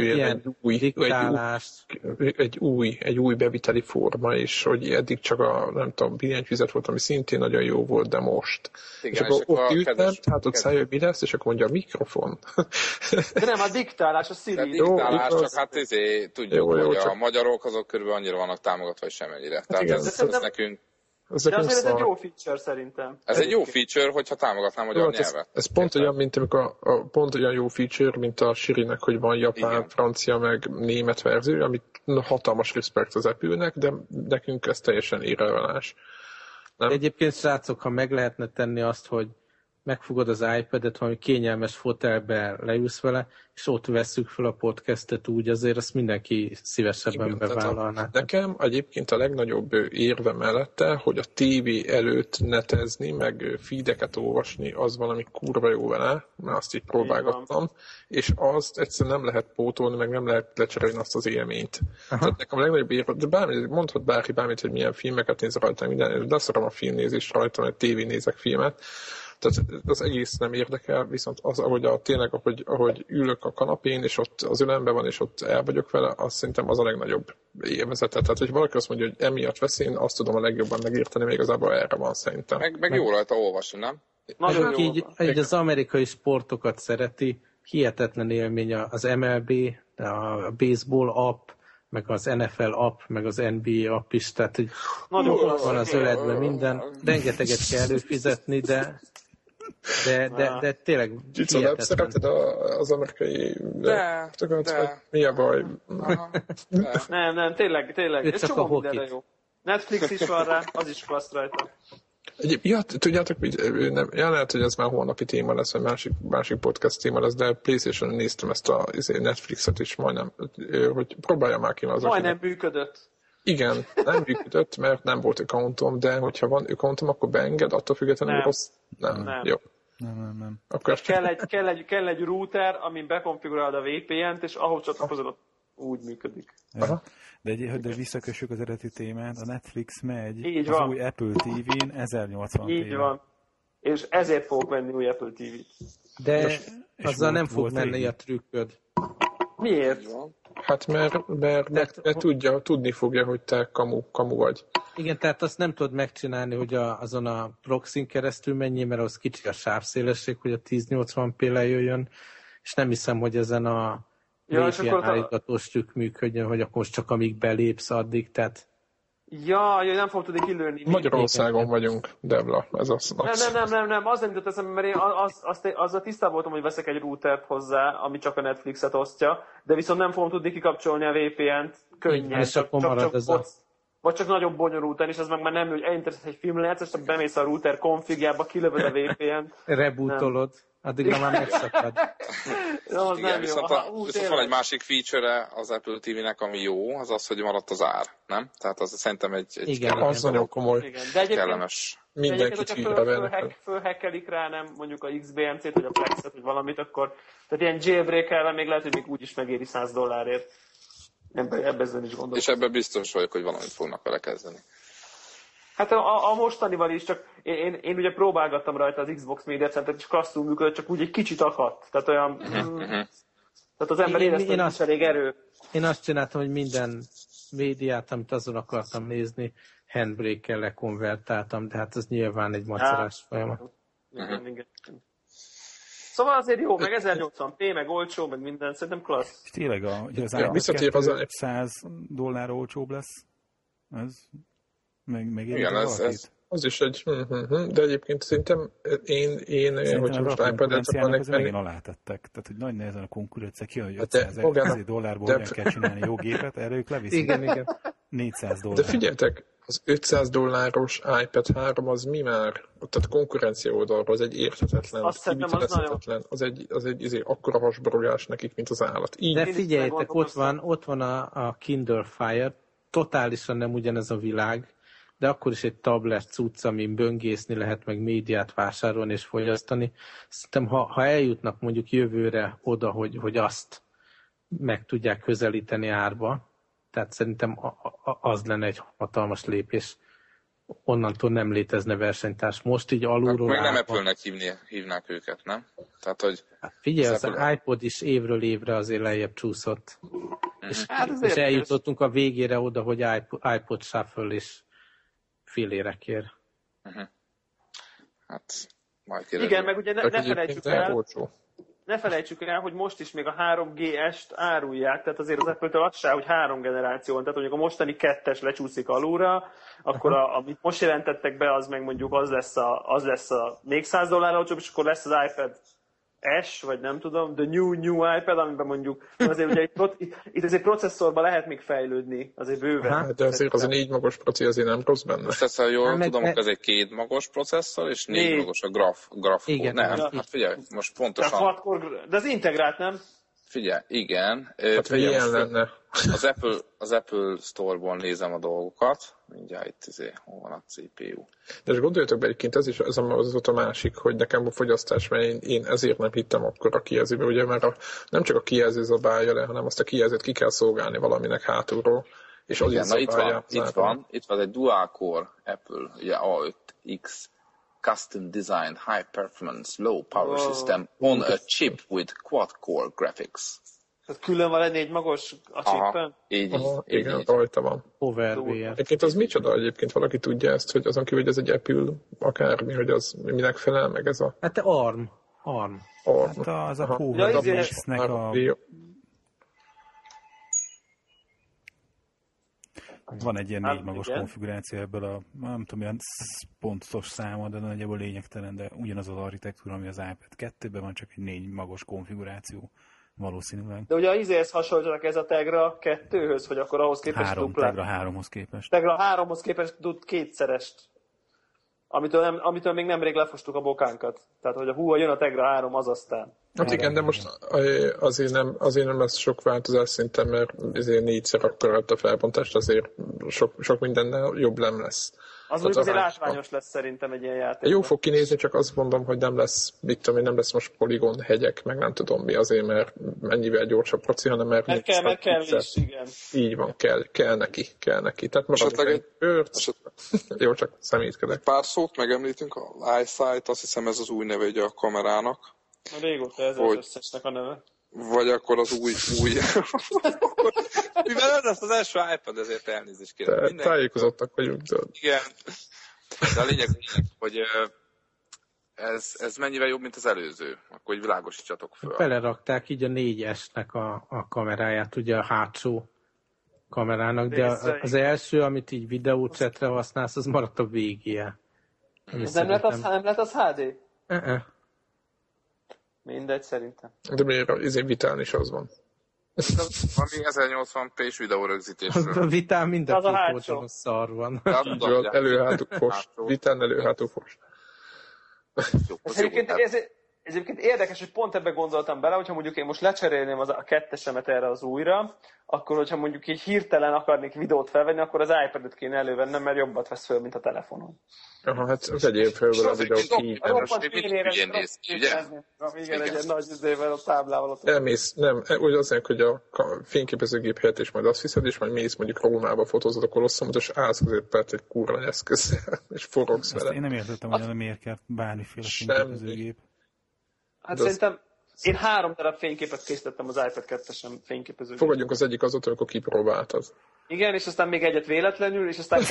egy új beviteli forma, és hogy eddig csak a, nem tudom, billentyűzet volt, ami szintén nagyon jó volt, de most. Igen, és akkor ott ültem, tehát ott szállja, mi lesz, és akkor mondja a mikrofon. De nem, a diktálás, a Siri. A diktálás, csak hát tudjuk, hogy a magyarok azok körülbelül annyira vannak támogatva, vagy semmennyire. Tehát ez nekünk... De azért ez egy jó feature szerintem. Ez egy jó feature, hogyha támogatnám magyar nyelvet. Ez pont olyan, mint amikor pont olyan jó feature, mint a Sirinek, hogy van japán, francia, meg német verzió, amit hatalmas respekt az Apple-nek, de nekünk ez teljesen irreleváns. Egyébként, srácok, ha meg lehetne tenni azt, hogy megfogod az iPad-et, valami kényelmes fotelbe leülsz vele, és ott vesszük fel a podcastet úgy, azért azt mindenki szívesebben bevállalná. Nekem egyébként a legnagyobb érve mellette, hogy a tévé előtt netezni, meg feedeket olvasni, az valami kurva jó vele, mert azt így próbálgattam, és azt egyszerűen nem lehet pótolni, meg nem lehet lecserélni azt az élményt. Tehát nekem a legnagyobb érve, de mondhat bármit, hogy milyen filmeket néz rajta, minden, leszarom a filmnézést rajta, mert tévé nézek filmet. Tehát az egész nem érdekel, viszont az, ahogy ülök a kanapén, és ott az ölemben van, és ott el vagyok vele, azt szerintem az a legnagyobb élvezete. Tehát, hogy valaki azt mondja, hogy emiatt vesz, én azt tudom a legjobban megérteni, még igazából erre van szerintem. Meg jó rajta olvasni, nem? Nagyon jó. Így az amerikai sportokat szereti, hihetetlen élmény az MLB, a baseball app, meg az NFL app, meg az NBA app is, tehát hogy van az öletben minden, rengeteget kell előfizetni, de tényleg hihetetlen. Szereted az amerikai de. Mi a baj? Nem, tényleg. Ez csak mindenre jó. Netflix is van rá, az is klassz rajta. Ja, tudjátok, lehet, hogy ez már holnapi téma lesz, vagy másik podcast téma lesz, de PlayStation-on néztem ezt a Netflixet is majdnem, hogy próbálja már ki az. Majdnem működött. Igen, nem működött, mert nem volt accountom, de hogyha van accountom, akkor beenged, attól függetlenül rossz. Nem. Jó. Nem. Akkor kell egy router, amin bekonfigurálod a VPN-t, és ahogy csatlakozod, úgy működik. Ja. De visszakössük az eredeti témát, a Netflix megy így az van. Új Apple TV-n 1080p. Így van. És ezért fogok venni új Apple TV-t. De azzal nem fog menni a trükköd. Miért? Hát mert tudni fogja, hogy te kamu vagy. Igen, tehát azt nem tudod megcsinálni, hogy azon a proxyn keresztül menjél, mert az kicsi a sávszélesség, hogy a 1080p lejöjjön, és nem hiszem, hogy ezen a VPN állítgatós trükk működjön, hogy akkor most csak amíg belépsz addig, tehát... Ja, nem fog tudni kilőni. Magyarországon vagyunk, Debla, ez az. Nem, az nem jutott eszembe, mert én azzal tisztában voltam, hogy veszek egy routert hozzá, ami csak a Netflixet osztja, de viszont nem fogom tudni kikapcsolni a VPN-t könnyen. És akkor marad ez vagy csak nagyon bonyolultan, és az meg már nem, hogy elindítasz egy filmlejátszást, csak bemész a router configjába, kilövöd a VPN-t. Rebootolod, addigra már megszakad. No, az igen, nem viszont van egy másik feature az Apple TV-nek, ami jó, az az, hogy maradt az ár, nem? Tehát az szerintem egy igen, az nagyon komoly. Igen. De egyébként, kellemes. Mindenkit hívra vennek. fölhekkelik rá, nem mondjuk a XBMC-t, vagy a Plexet, vagy valamit, akkor tehát ilyen jailbreak ellen még lehet, hogy még úgy is megéri $100. Ebben is gondolom. És ebben biztos vagyok, hogy valamit fognak vele kezdeni. Hát a mostanival is, csak én ugye próbálgattam rajta az Xbox Media Center-t, és klasszul működött, csak úgy egy kicsit akadt. Tehát olyan... Tehát az ember érezte, hogy nincs elég erő. Én azt csináltam, hogy minden médiát, amit azon akartam nézni, handbrake-kel lekonvertáltam, de hát ez nyilván egy macerás folyamat. Igen. Szóval azért jó, meg 1080p, meg olcsó, meg minden, szerintem klassz. És tényleg az iPad $100 olcsóbb lesz? Ez igen, ez az is egy... De egyébként szerintem én hogyha most iPad-et akarnék venni... megint alátettek. Tehát, hogy nagy nehezen a konkurencia kijön, hogy $500 olyan kell csinálni jó gépet, erre ők leviszik. Igen. $400. De figyeljetek, az $500 iPad 3 az mi már? Tehát konkurencia oldalról az egy érthetetlen, kivitelezhetetlen, az egy akkora hasbarogás nekik, mint az állat. Így. De figyeljetek, ott van a Kindle Fire, totálisan nem ugyanez a világ, de akkor is egy tablet cucc, amin böngészni lehet, meg médiát vásárolni és fogyasztani. Szerintem, ha eljutnak mondjuk jövőre oda, hogy azt meg tudják közelíteni árba, tehát szerintem az lenne egy hatalmas lépés. Onnantól nem létezne versenytárs. Most így alulról meg nem Apple-nek hívnák őket, nem? Tehát, hogy figyelj, az iPod is évről évre azért lejjebb csúszott. És eljutottunk a végére oda, hogy iPod Shuffle is félérekért. Hát, majd igen, meg ugye ne felejtsük el, hogy most is még a 3GS-t árulják, tehát azért az Apple-től az se, hogy 3 generáció van, tehát mondjuk a mostani 2-es lecsúszik alulra, akkor amit most jelentettek be, az meg mondjuk az lesz a még $100 olcsóbb, és akkor lesz az iPad S, vagy nem tudom, the new iPad, amiben mondjuk azért ugye itt azért processzorban lehet még fejlődni, azért bőven. De azért az a 4 magos proci azért nem rossz benne. Most ezt jól tudom, hogy ez egy 2 magos processzor, és 4 magos a graf. Igen. Nem, hát figyelj, most pontosan. De az integrált, nem? Figyelj, igen. Hát milyen lenne? Az Apple Store-ból nézem a dolgokat. Mindjárt itt hol van a CPU. De és gondoljatok be egyébként, ez volt a másik, hogy nekem a fogyasztás, mert én ezért nem hittem akkor a kijelzőbe, ugye, mert nem csak a kijelző zabálja le, hanem azt a kijelzőt ki kell szolgálni valaminek hátulról. És az igen, itt van egy dual-core Apple, ugye A5X custom designed high performance low power system on a chip with quad-core graphics. Tehát külön van egy 4 magos a chippen? Igen, rajta van. Egyébként az micsoda egyébként? Valaki tudja ezt, hogy azon kívül, hogy ez egy Apple akármi, hogy az minek felel meg ez a... Hát ARM. Hát az a QWX-nek a... Van egy ilyen 4 magos konfiguráció ebből a, nem tudom, ilyen pontos száma, de nagyjából lényegtelen, de ugyanaz az architektúra, ami az iPad 2-ben van, csak egy 4 magos konfiguráció valószínűleg. De ugye az izéhez hasonlítanak ez a Tegra 2-höz, hogy akkor ahhoz képest duplán. Tegra 3-hoz képest. Tegra 3-hoz képest tud kétszerest. Amitől még nemrég lefostuk a bokánkat. Tehát, hogy jön a Tegra 3, az aztán. Hát igen, de most azért nem lesz sok változás szinten, mert azért 4-szer akkora a felbontást, azért sok mindennel jobb nem lesz. Az mondjuk azért látványos lesz szerintem egy ilyen játék. Jó fog kinézni, csak azt mondom, hogy nem lesz, nem lesz most poligon hegyek, meg nem tudom mi azért, mert mennyivel gyorsabb proci, hanem mert kell is, igen. Így van, kell neki. Tehát maradunk egy bőrt. Jó, csak szemétkedek. Pár szót megemlítünk, a iSight, azt hiszem ez az új neve ugye a kamerának. Régóta ez az összesnek a neve. Vagy akkor az új... Mivel ez lesz az első iPad, ezért elnézést kérem. Tájékozottak vagyunk. Igen. De a lényeg, hogy ez mennyivel jobb, mint az előző? Akkor világosítsatok föl. Belerakták így a 4S-nek a kameráját, ugye a hátsó kamerának, de az első, amit így videócsetre használsz, az maradt a végére. Nem lett az HD? Mindegy, szerintem. De miért vitán is az van? Valami 1080p-s videórögzítésről. A Vitán mind a Az a két hátsó. oldalon szar van. Elő-hátul fos. Vitán elő-hátul fos. Ez egyébként érdekes, hogy pont ebbe gondoltam bele, hogyha mondjuk én most lecserélném a kettesemet erre az újra, akkor hogyha mondjuk így hirtelen akarnék videót felvenni, akkor az iPad-et kéne elővennem, mert jobbat vesz föl, mint a telefonon. Aha, hát vegyél fel vele a videót ki. Igen, egy nagy izével a táblával. Elmész, nem, úgy azért, hogy a fényképezőgép helyett is majd azt hiszed, és majd mész mondjuk Rómába fotózod a Kolosszumot, és állsz azért perc egy kurva nagy eszközzel, és forogsz vele. Én nem értettem, hogy miért kell bármiféle fényképezőgép. Hát szerintem én 3 darab fényképet készítettem az iPad 2-esen fényképezőgép. Fogadjunk, az egyik az ott, amikor kipróbáltad. Igen, és aztán még egyet véletlenül, és aztán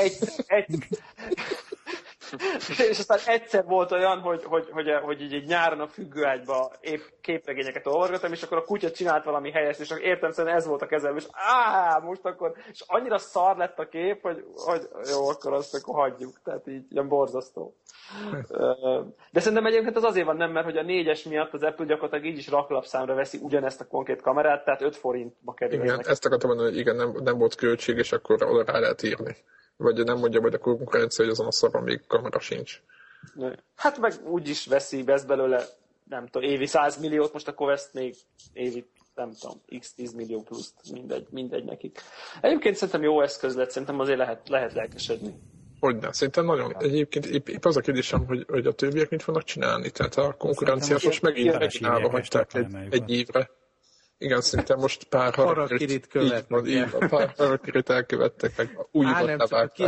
és aztán egyszer volt olyan, hogy így egy nyáron a függőágyba épp képregényeket olvasgattam, és akkor a kutya csinált valami helyest, és értem szerint ez volt a kezemben, és most akkor, és annyira szar lett a kép, hogy jó, akkor azt akkor hagyjuk, tehát így ilyen borzasztó. De szerintem egyébként az azért van, nem, mert hogy a 4-es miatt az Apple gyakorlatilag így is raklapszámra veszi ugyanezt a konkrét kamerát, tehát 5 forintba kerül. Igen, ezt akartam mondani, hogy igen, nem volt költség, és akkor oda rá lehet írni. Vagy nem mondja majd a konkurencia, hogy azon a szaron még kamera sincs. Hát meg úgyis vesz belőle, nem tudom, évi 100 milliót, most akkor vesz még évi, nem tudom, x 10 millió pluszt, mindegy nekik. Egyébként szerintem jó eszköz lett, szerintem azért lehet lelkesedni. Hogyne, szerintem nagyon. Egyébként épp az a kérdésem, hogy a többiek mit fognak csinálni. Tehát a konkurenciás most megint állva hagyták egy évre. Igen, szerintem most pár harakirit követnek. Pár harakirit elkövettek, meg újat levágták.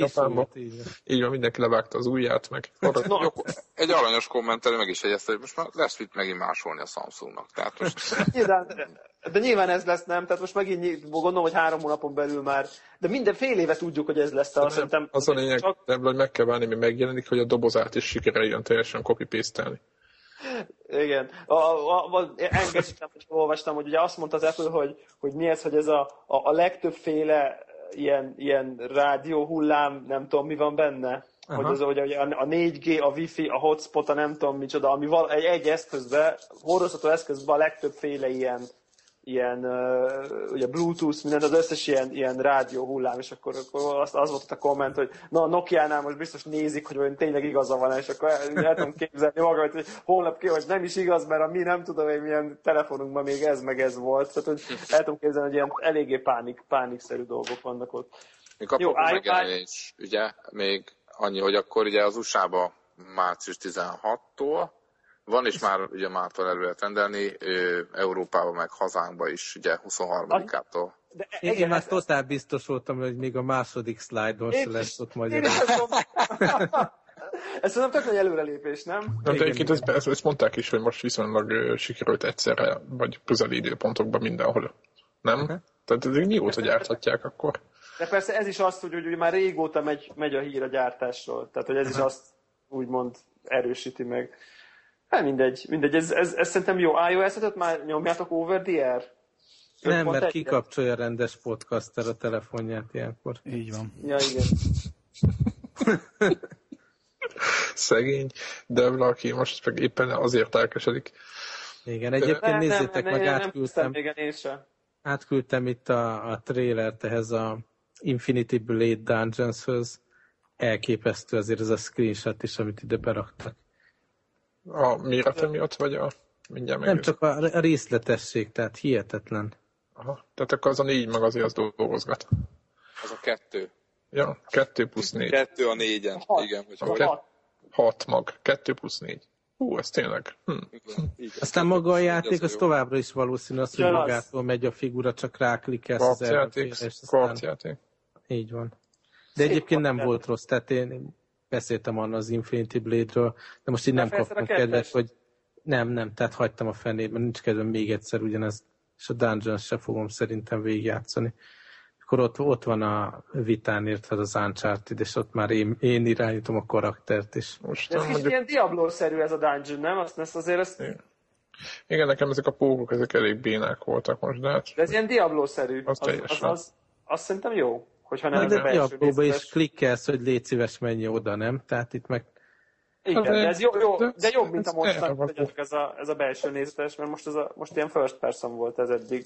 Így van, mindenki levágta az ujját, meg. Egy aranyos kommentelő meg is jegyezte, hogy most már lesz mit megint másolni a Samsungnak. Tehát most... De nyilván ez lesz, nem? Tehát most megint gondolom, hogy 3 hónapon belül már, de minden fél éve tudjuk, hogy ez lesz. Az a lényeg, hogy meg kell várni, mi megjelenik, hogy a dobozát is sikerüljön teljesen copy-paste-elni. Igen. Engedtem, hogy olvastam, hogy ugye azt mondta az Apple, hogy mi ez, hogy ez a legtöbbféle ilyen rádió hullám, nem tudom, mi van benne. Hogy az, hogy a 4G, a Wi-Fi, a hotspot, a nem tudom micsoda, ami egy eszközben, hordozható eszközben a legtöbbféle ilyen ugye Bluetooth, mindent, az összes ilyen rádió hullám, és akkor az volt a komment, hogy a Nokia-nál most biztos nézik, hogy olyan tényleg igaza van, és akkor el tudom képzelni magam, hogy holnap ki, hogy nem is igaz, mert a mi nem tudom, hogy milyen telefonunkban még ez meg ez volt. Tehát, hogy el tudom képzelni, hogy ilyen eléggé pánikszerű dolgok vannak ott. Még a megjelenés, ugye, még annyi, hogy akkor ugye az USA-ba március 16-tól, van is már, ugye mától el lehet rendelni, Európában meg hazánkban is, ugye 23-ától. Én már totál biztos voltam, hogy még a második szlájdon se lesz ott magyar. Ez szerintem tök nagy előrelépés, nem? De egyébként ezt mondták is, hogy most viszonylag sikerült egyszerre, vagy közeli időpontokban mindenhol. Nem? Tehát ez mióta gyárthatják akkor? De persze ez is azt, hogy már régóta megy a hír a gyártásról. Tehát, hogy ez is azt úgymond erősíti meg. Hát mindegy. Ez szerintem jó. iOS-et már nyomjátok over the air? Nem, mert kikapcsolja rendes podcaster a telefonját ilyenkor. Így van. Ja, igen. Szegény, de valaki most meg éppen azért elkesedik. Igen, egyébként nézzétek meg, átküldtem itt a trailert ehhez a Infinity Blade Dungeons-höz. Elképesztő azért ez a screenshot is, amit ide beraktak. A mérete miatt, vagy a... Mindjárt nem csak a részletesség, tehát hihetetlen. Aha, tehát akkor az a 4 meg azért az dolgozgat. Az a 2. Ja, 2 plusz 4. 2 a 4-en, igen. 6 mag, 2 plusz 4. Ez tényleg. Aztán maga a játék, az továbbra is valószínű az, hogy magától megy a figura, csak ráklikkelsz az elrefélre. Kvartjáték. Így van. De egyébként nem volt rossz, tehát én beszéltem annak az Infinity Blade-ről, de most így nem kaptam kedvet, hogy nem, tehát hagytam a fenében, nincs kedvem még egyszer ugyanez, és a Dungeons se fogom szerintem végigjátszani. Akkor ott van a Vitán érted az Uncharted, és ott már én irányítom a karaktert is. Most ez mondjuk... ilyen Diablo-szerű ez a Dungeon, nem? Azért Igen, nekem ezek a pókok, ezek elég bénák voltak most, de hát... De ez ilyen Diablo-szerű. Az szerintem jó. Hogyha nem de Diablo-ba is klikkelsz, hogy légy szíves, menj oda, nem? Tehát itt meg... Igen, de ez jó, de jobb, mint a mostani, ez a belső nézetes, mert most ilyen first person volt ez eddig.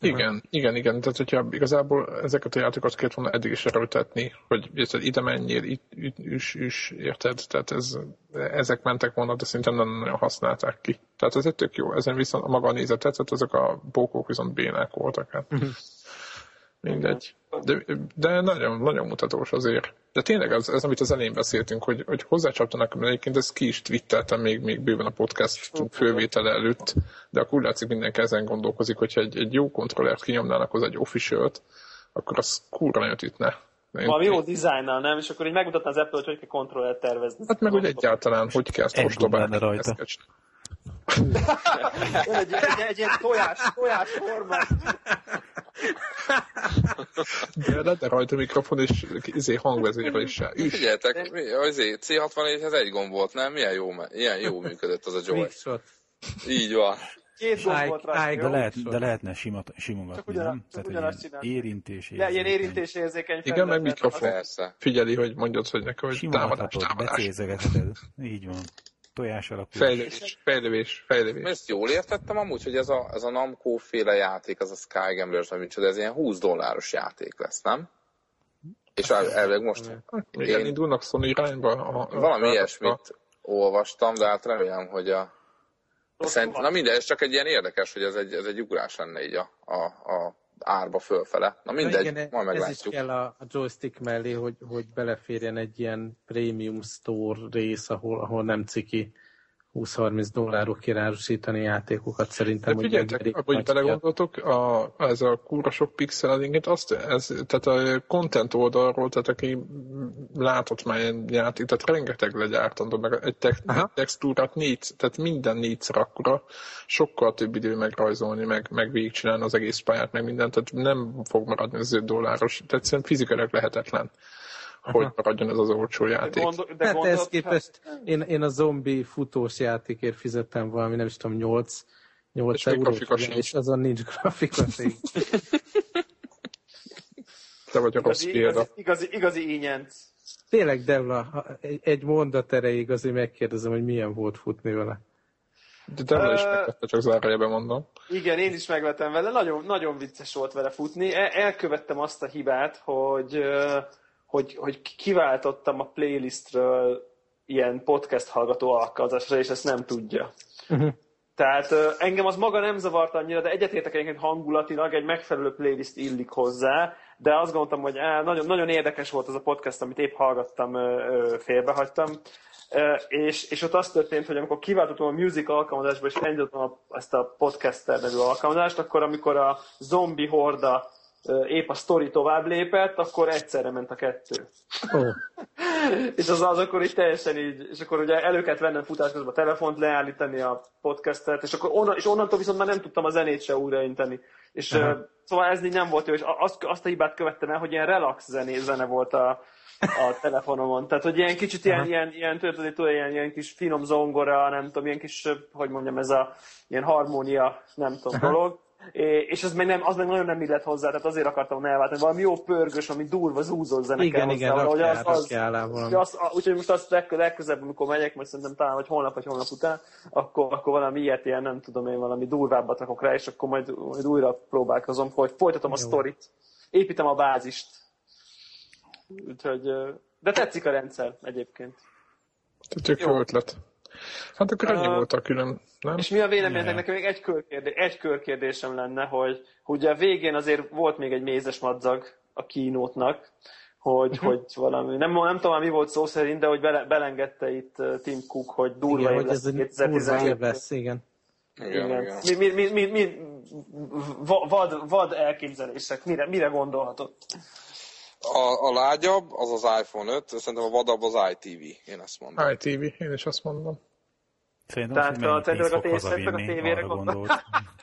Igen. Tehát, hogyha igazából ezeket a játékokat kellett volna eddig is erőltetni, hogy ide menjél, itt is érted? Tehát ezek mentek volna, de szerintem nem nagyon használták ki. Tehát ez egy tök jó. Ezen viszont a maga nézet tetszett, ezek a bókok viszont bénák voltak. Hát. Mindegy. De nagyon, nagyon mutatós azért. De tényleg ez amit az elején beszéltünk, hogy hozzácsaptanak, mert egyébként ezt ki is twitteltem még bőven a podcast fölvétele előtt, de akkor úgy látszik mindenki ezen gondolkozik, hogyha egy jó kontrollert kinyomnának hozzá egy officialt, akkor az kurva nagyot ütne. Valami jó dizájnnal, nem? És akkor így megmutatná az Apple, hogy kell kontrollert tervezni. Hát meg úgy egyáltalán, hogy kell ezt ostobálni. Rajta. Egy ilyen tojás formát. De rajta mikrofon és hangvezéreléssel is. Figyeljetek, C64-hez egy gomb volt, nem? Milyen jó működött az a Joy. Így van. 2 gomb volt rá. De lehetne simogatni, nem? Tehát érintés. Ilyen érintésérzékeny. Igen, meg mikrofon. Persze. Figyeli, hogy mondod, hogy neki, hogy támadás. Becézegetheted. Így van. Tojás alapú. Fejlővés. Ezt jól értettem amúgy, hogy ez a Namco-féle játék, az a Sky Gamblers, vagy micsoda, ez ilyen $20 játék lesz, nem? És elvileg most... Igen, indulnak Sony irányba. Valami ilyesmit olvastam, de hát remélem, hogy na mindegy, ez csak egy ilyen érdekes, hogy ez egy ugrás lenne így a árba fölfele. Na mindegy, igen, majd meglátjuk. Ez is kell a joystick mellé, hogy beleférjen egy ilyen premium store rész, ahol nem ciki $20-30 árusítani játékokat szerintem. De figyeljetek, hogy belegondoltok, ez a kurva sok pixelinget, tehát a content oldalról, tehát aki látott már ilyen játék, tehát rengeteg legyártandó, meg egy textúrát tehát minden 4-szer akkora, sokkal több idő megrajzolni, meg végigcsinálni az egész pályát, meg mindent, tehát nem fog maradni az $5, tehát egyszerűen fizikailag lehetetlen. Hogy maradjon ez az olcsó játék. Hát ezt képest én a zombi futós játékért fizettem valami, nem is tudom, 8 eurót, és azon nincs grafikus. Te vagy a rossz példa. Igazi ínyenc. Tényleg, Devla, egy mondat erejéig azért megkérdezem, hogy milyen volt futni vele. De Devla is megvette, csak zárójelben mondom. Igen, én is megvettem vele, nagyon, nagyon vicces volt vele futni. Elkövettem azt a hibát, hogy kiváltottam a playlistről ilyen podcast hallgató alkalmazásra, és ezt nem tudja. Tehát engem az maga nem zavart annyira, de egyetértek egyébként hangulatilag, egy megfelelő playlist illik hozzá, de azt gondoltam, hogy nagyon, nagyon érdekes volt az a podcast, amit épp hallgattam, félbehagytam, és ott az történt, hogy amikor kiváltottam a music alkalmazásba, és elindítottam ezt a podcaster nevű alkalmazást, akkor amikor a zombi horda épp a sztori tovább lépett, akkor egyszerre ment a 2. És az akkor így teljesen így, és akkor ugye elő kellett vennem futás közben a telefont, leállítani a podcastet, és akkor onnantól viszont már nem tudtam a zenét se újrainteni. És szóval ez így nem volt jó, és azt a hibát követtem el, hogy ilyen relax zene volt a telefonomon. Tehát, hogy ilyen kicsit ilyen kis finom zongora, nem tudom, ilyen kis, hogy mondjam, ez a ilyen harmónia, nem tudom, dolog. És az meg nagyon nem illett hozzá, tehát azért akartam elváltani. Valami jó pörgös, ami durva, zúzó zene kell hozzá. Úgyhogy most azt legközelebb, amikor megyek, majd szerintem talán, hogy holnap vagy holnap után, akkor valami ilyet, ilyen nem tudom én, valami durvábbat rakok rá, és akkor majd újra próbálkozom, hogy folytatom a sztorit. Építem a bázist. Úgyhogy, de tetszik a rendszer egyébként. Tök jó ötlet. Hát akkor ennyi volt a külön, nem? És mi a véleményetek? Nekem még egy körkérdésem lenne, hogy ugye a végén azért volt még egy mézes madzag a keynote-nak, hogy valami, nem tudom, mi volt szó szerint, de hogy belengedte itt Tim Cook, hogy durva év lesz 2017. lesz, igen. Vad elképzelések, mire gondolhatott? A lágyabb az az iPhone 5, szerintem a vadabb az iTV, én ezt mondom. iTV, én is azt mondom. Szerintem, hogy mennyit pénzt fog hazavinni, arra gondolt.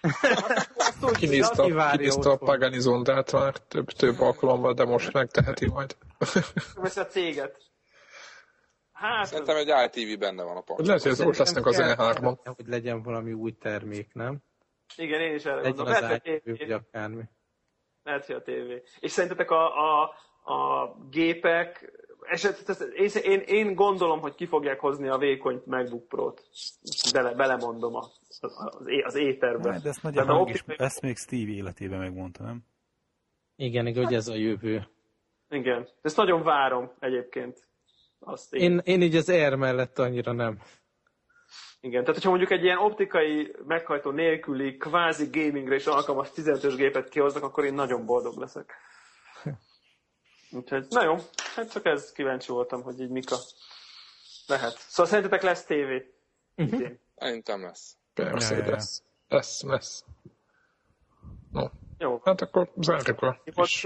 Kinézte a Pagani zondát már több alkalommal, de most megteheti majd. Ezt a céget. Hát, szerintem egy iTV benne van a pakban. Lehet, hogy ott lesznek az E3-on. Hogy legyen valami új termék, nem? Igen, én is erre gondolom. Legyen az iTV, vagy akármi. Lehet, hogy a tévé. És szerintetek a gépek én gondolom, hogy ki fogják hozni a vékony MacBook Pro-t. Belemondom az éterbe. Hát, de ezt nagyjából ezt még Steve életében megmondta, nem? Igen, hogy ez a jövő. Igen, ezt nagyon várom egyébként. Én így az Air mellett annyira nem. Igen, tehát hogyha mondjuk egy ilyen optikai meghajtó nélküli kvázi gamingre is alkalmas 15-ös gépet kihoznak, akkor én nagyon boldog leszek. Úgyhogy, na jó, hát csak ez kíváncsi voltam, hogy így mika lehet. Szóval szerintetek lesz tévé? Szerintem lesz. Persze, hogy lesz. No. Jó. Hát akkor zárjuk a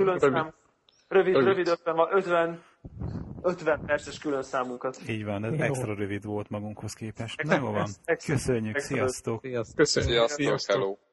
rövid 50 perces külön számunkat. Így van, ez extra rövid volt magunkhoz képest. Na jó van. Köszönjük, sziasztok! Köszönjük, sziasztok. Hello.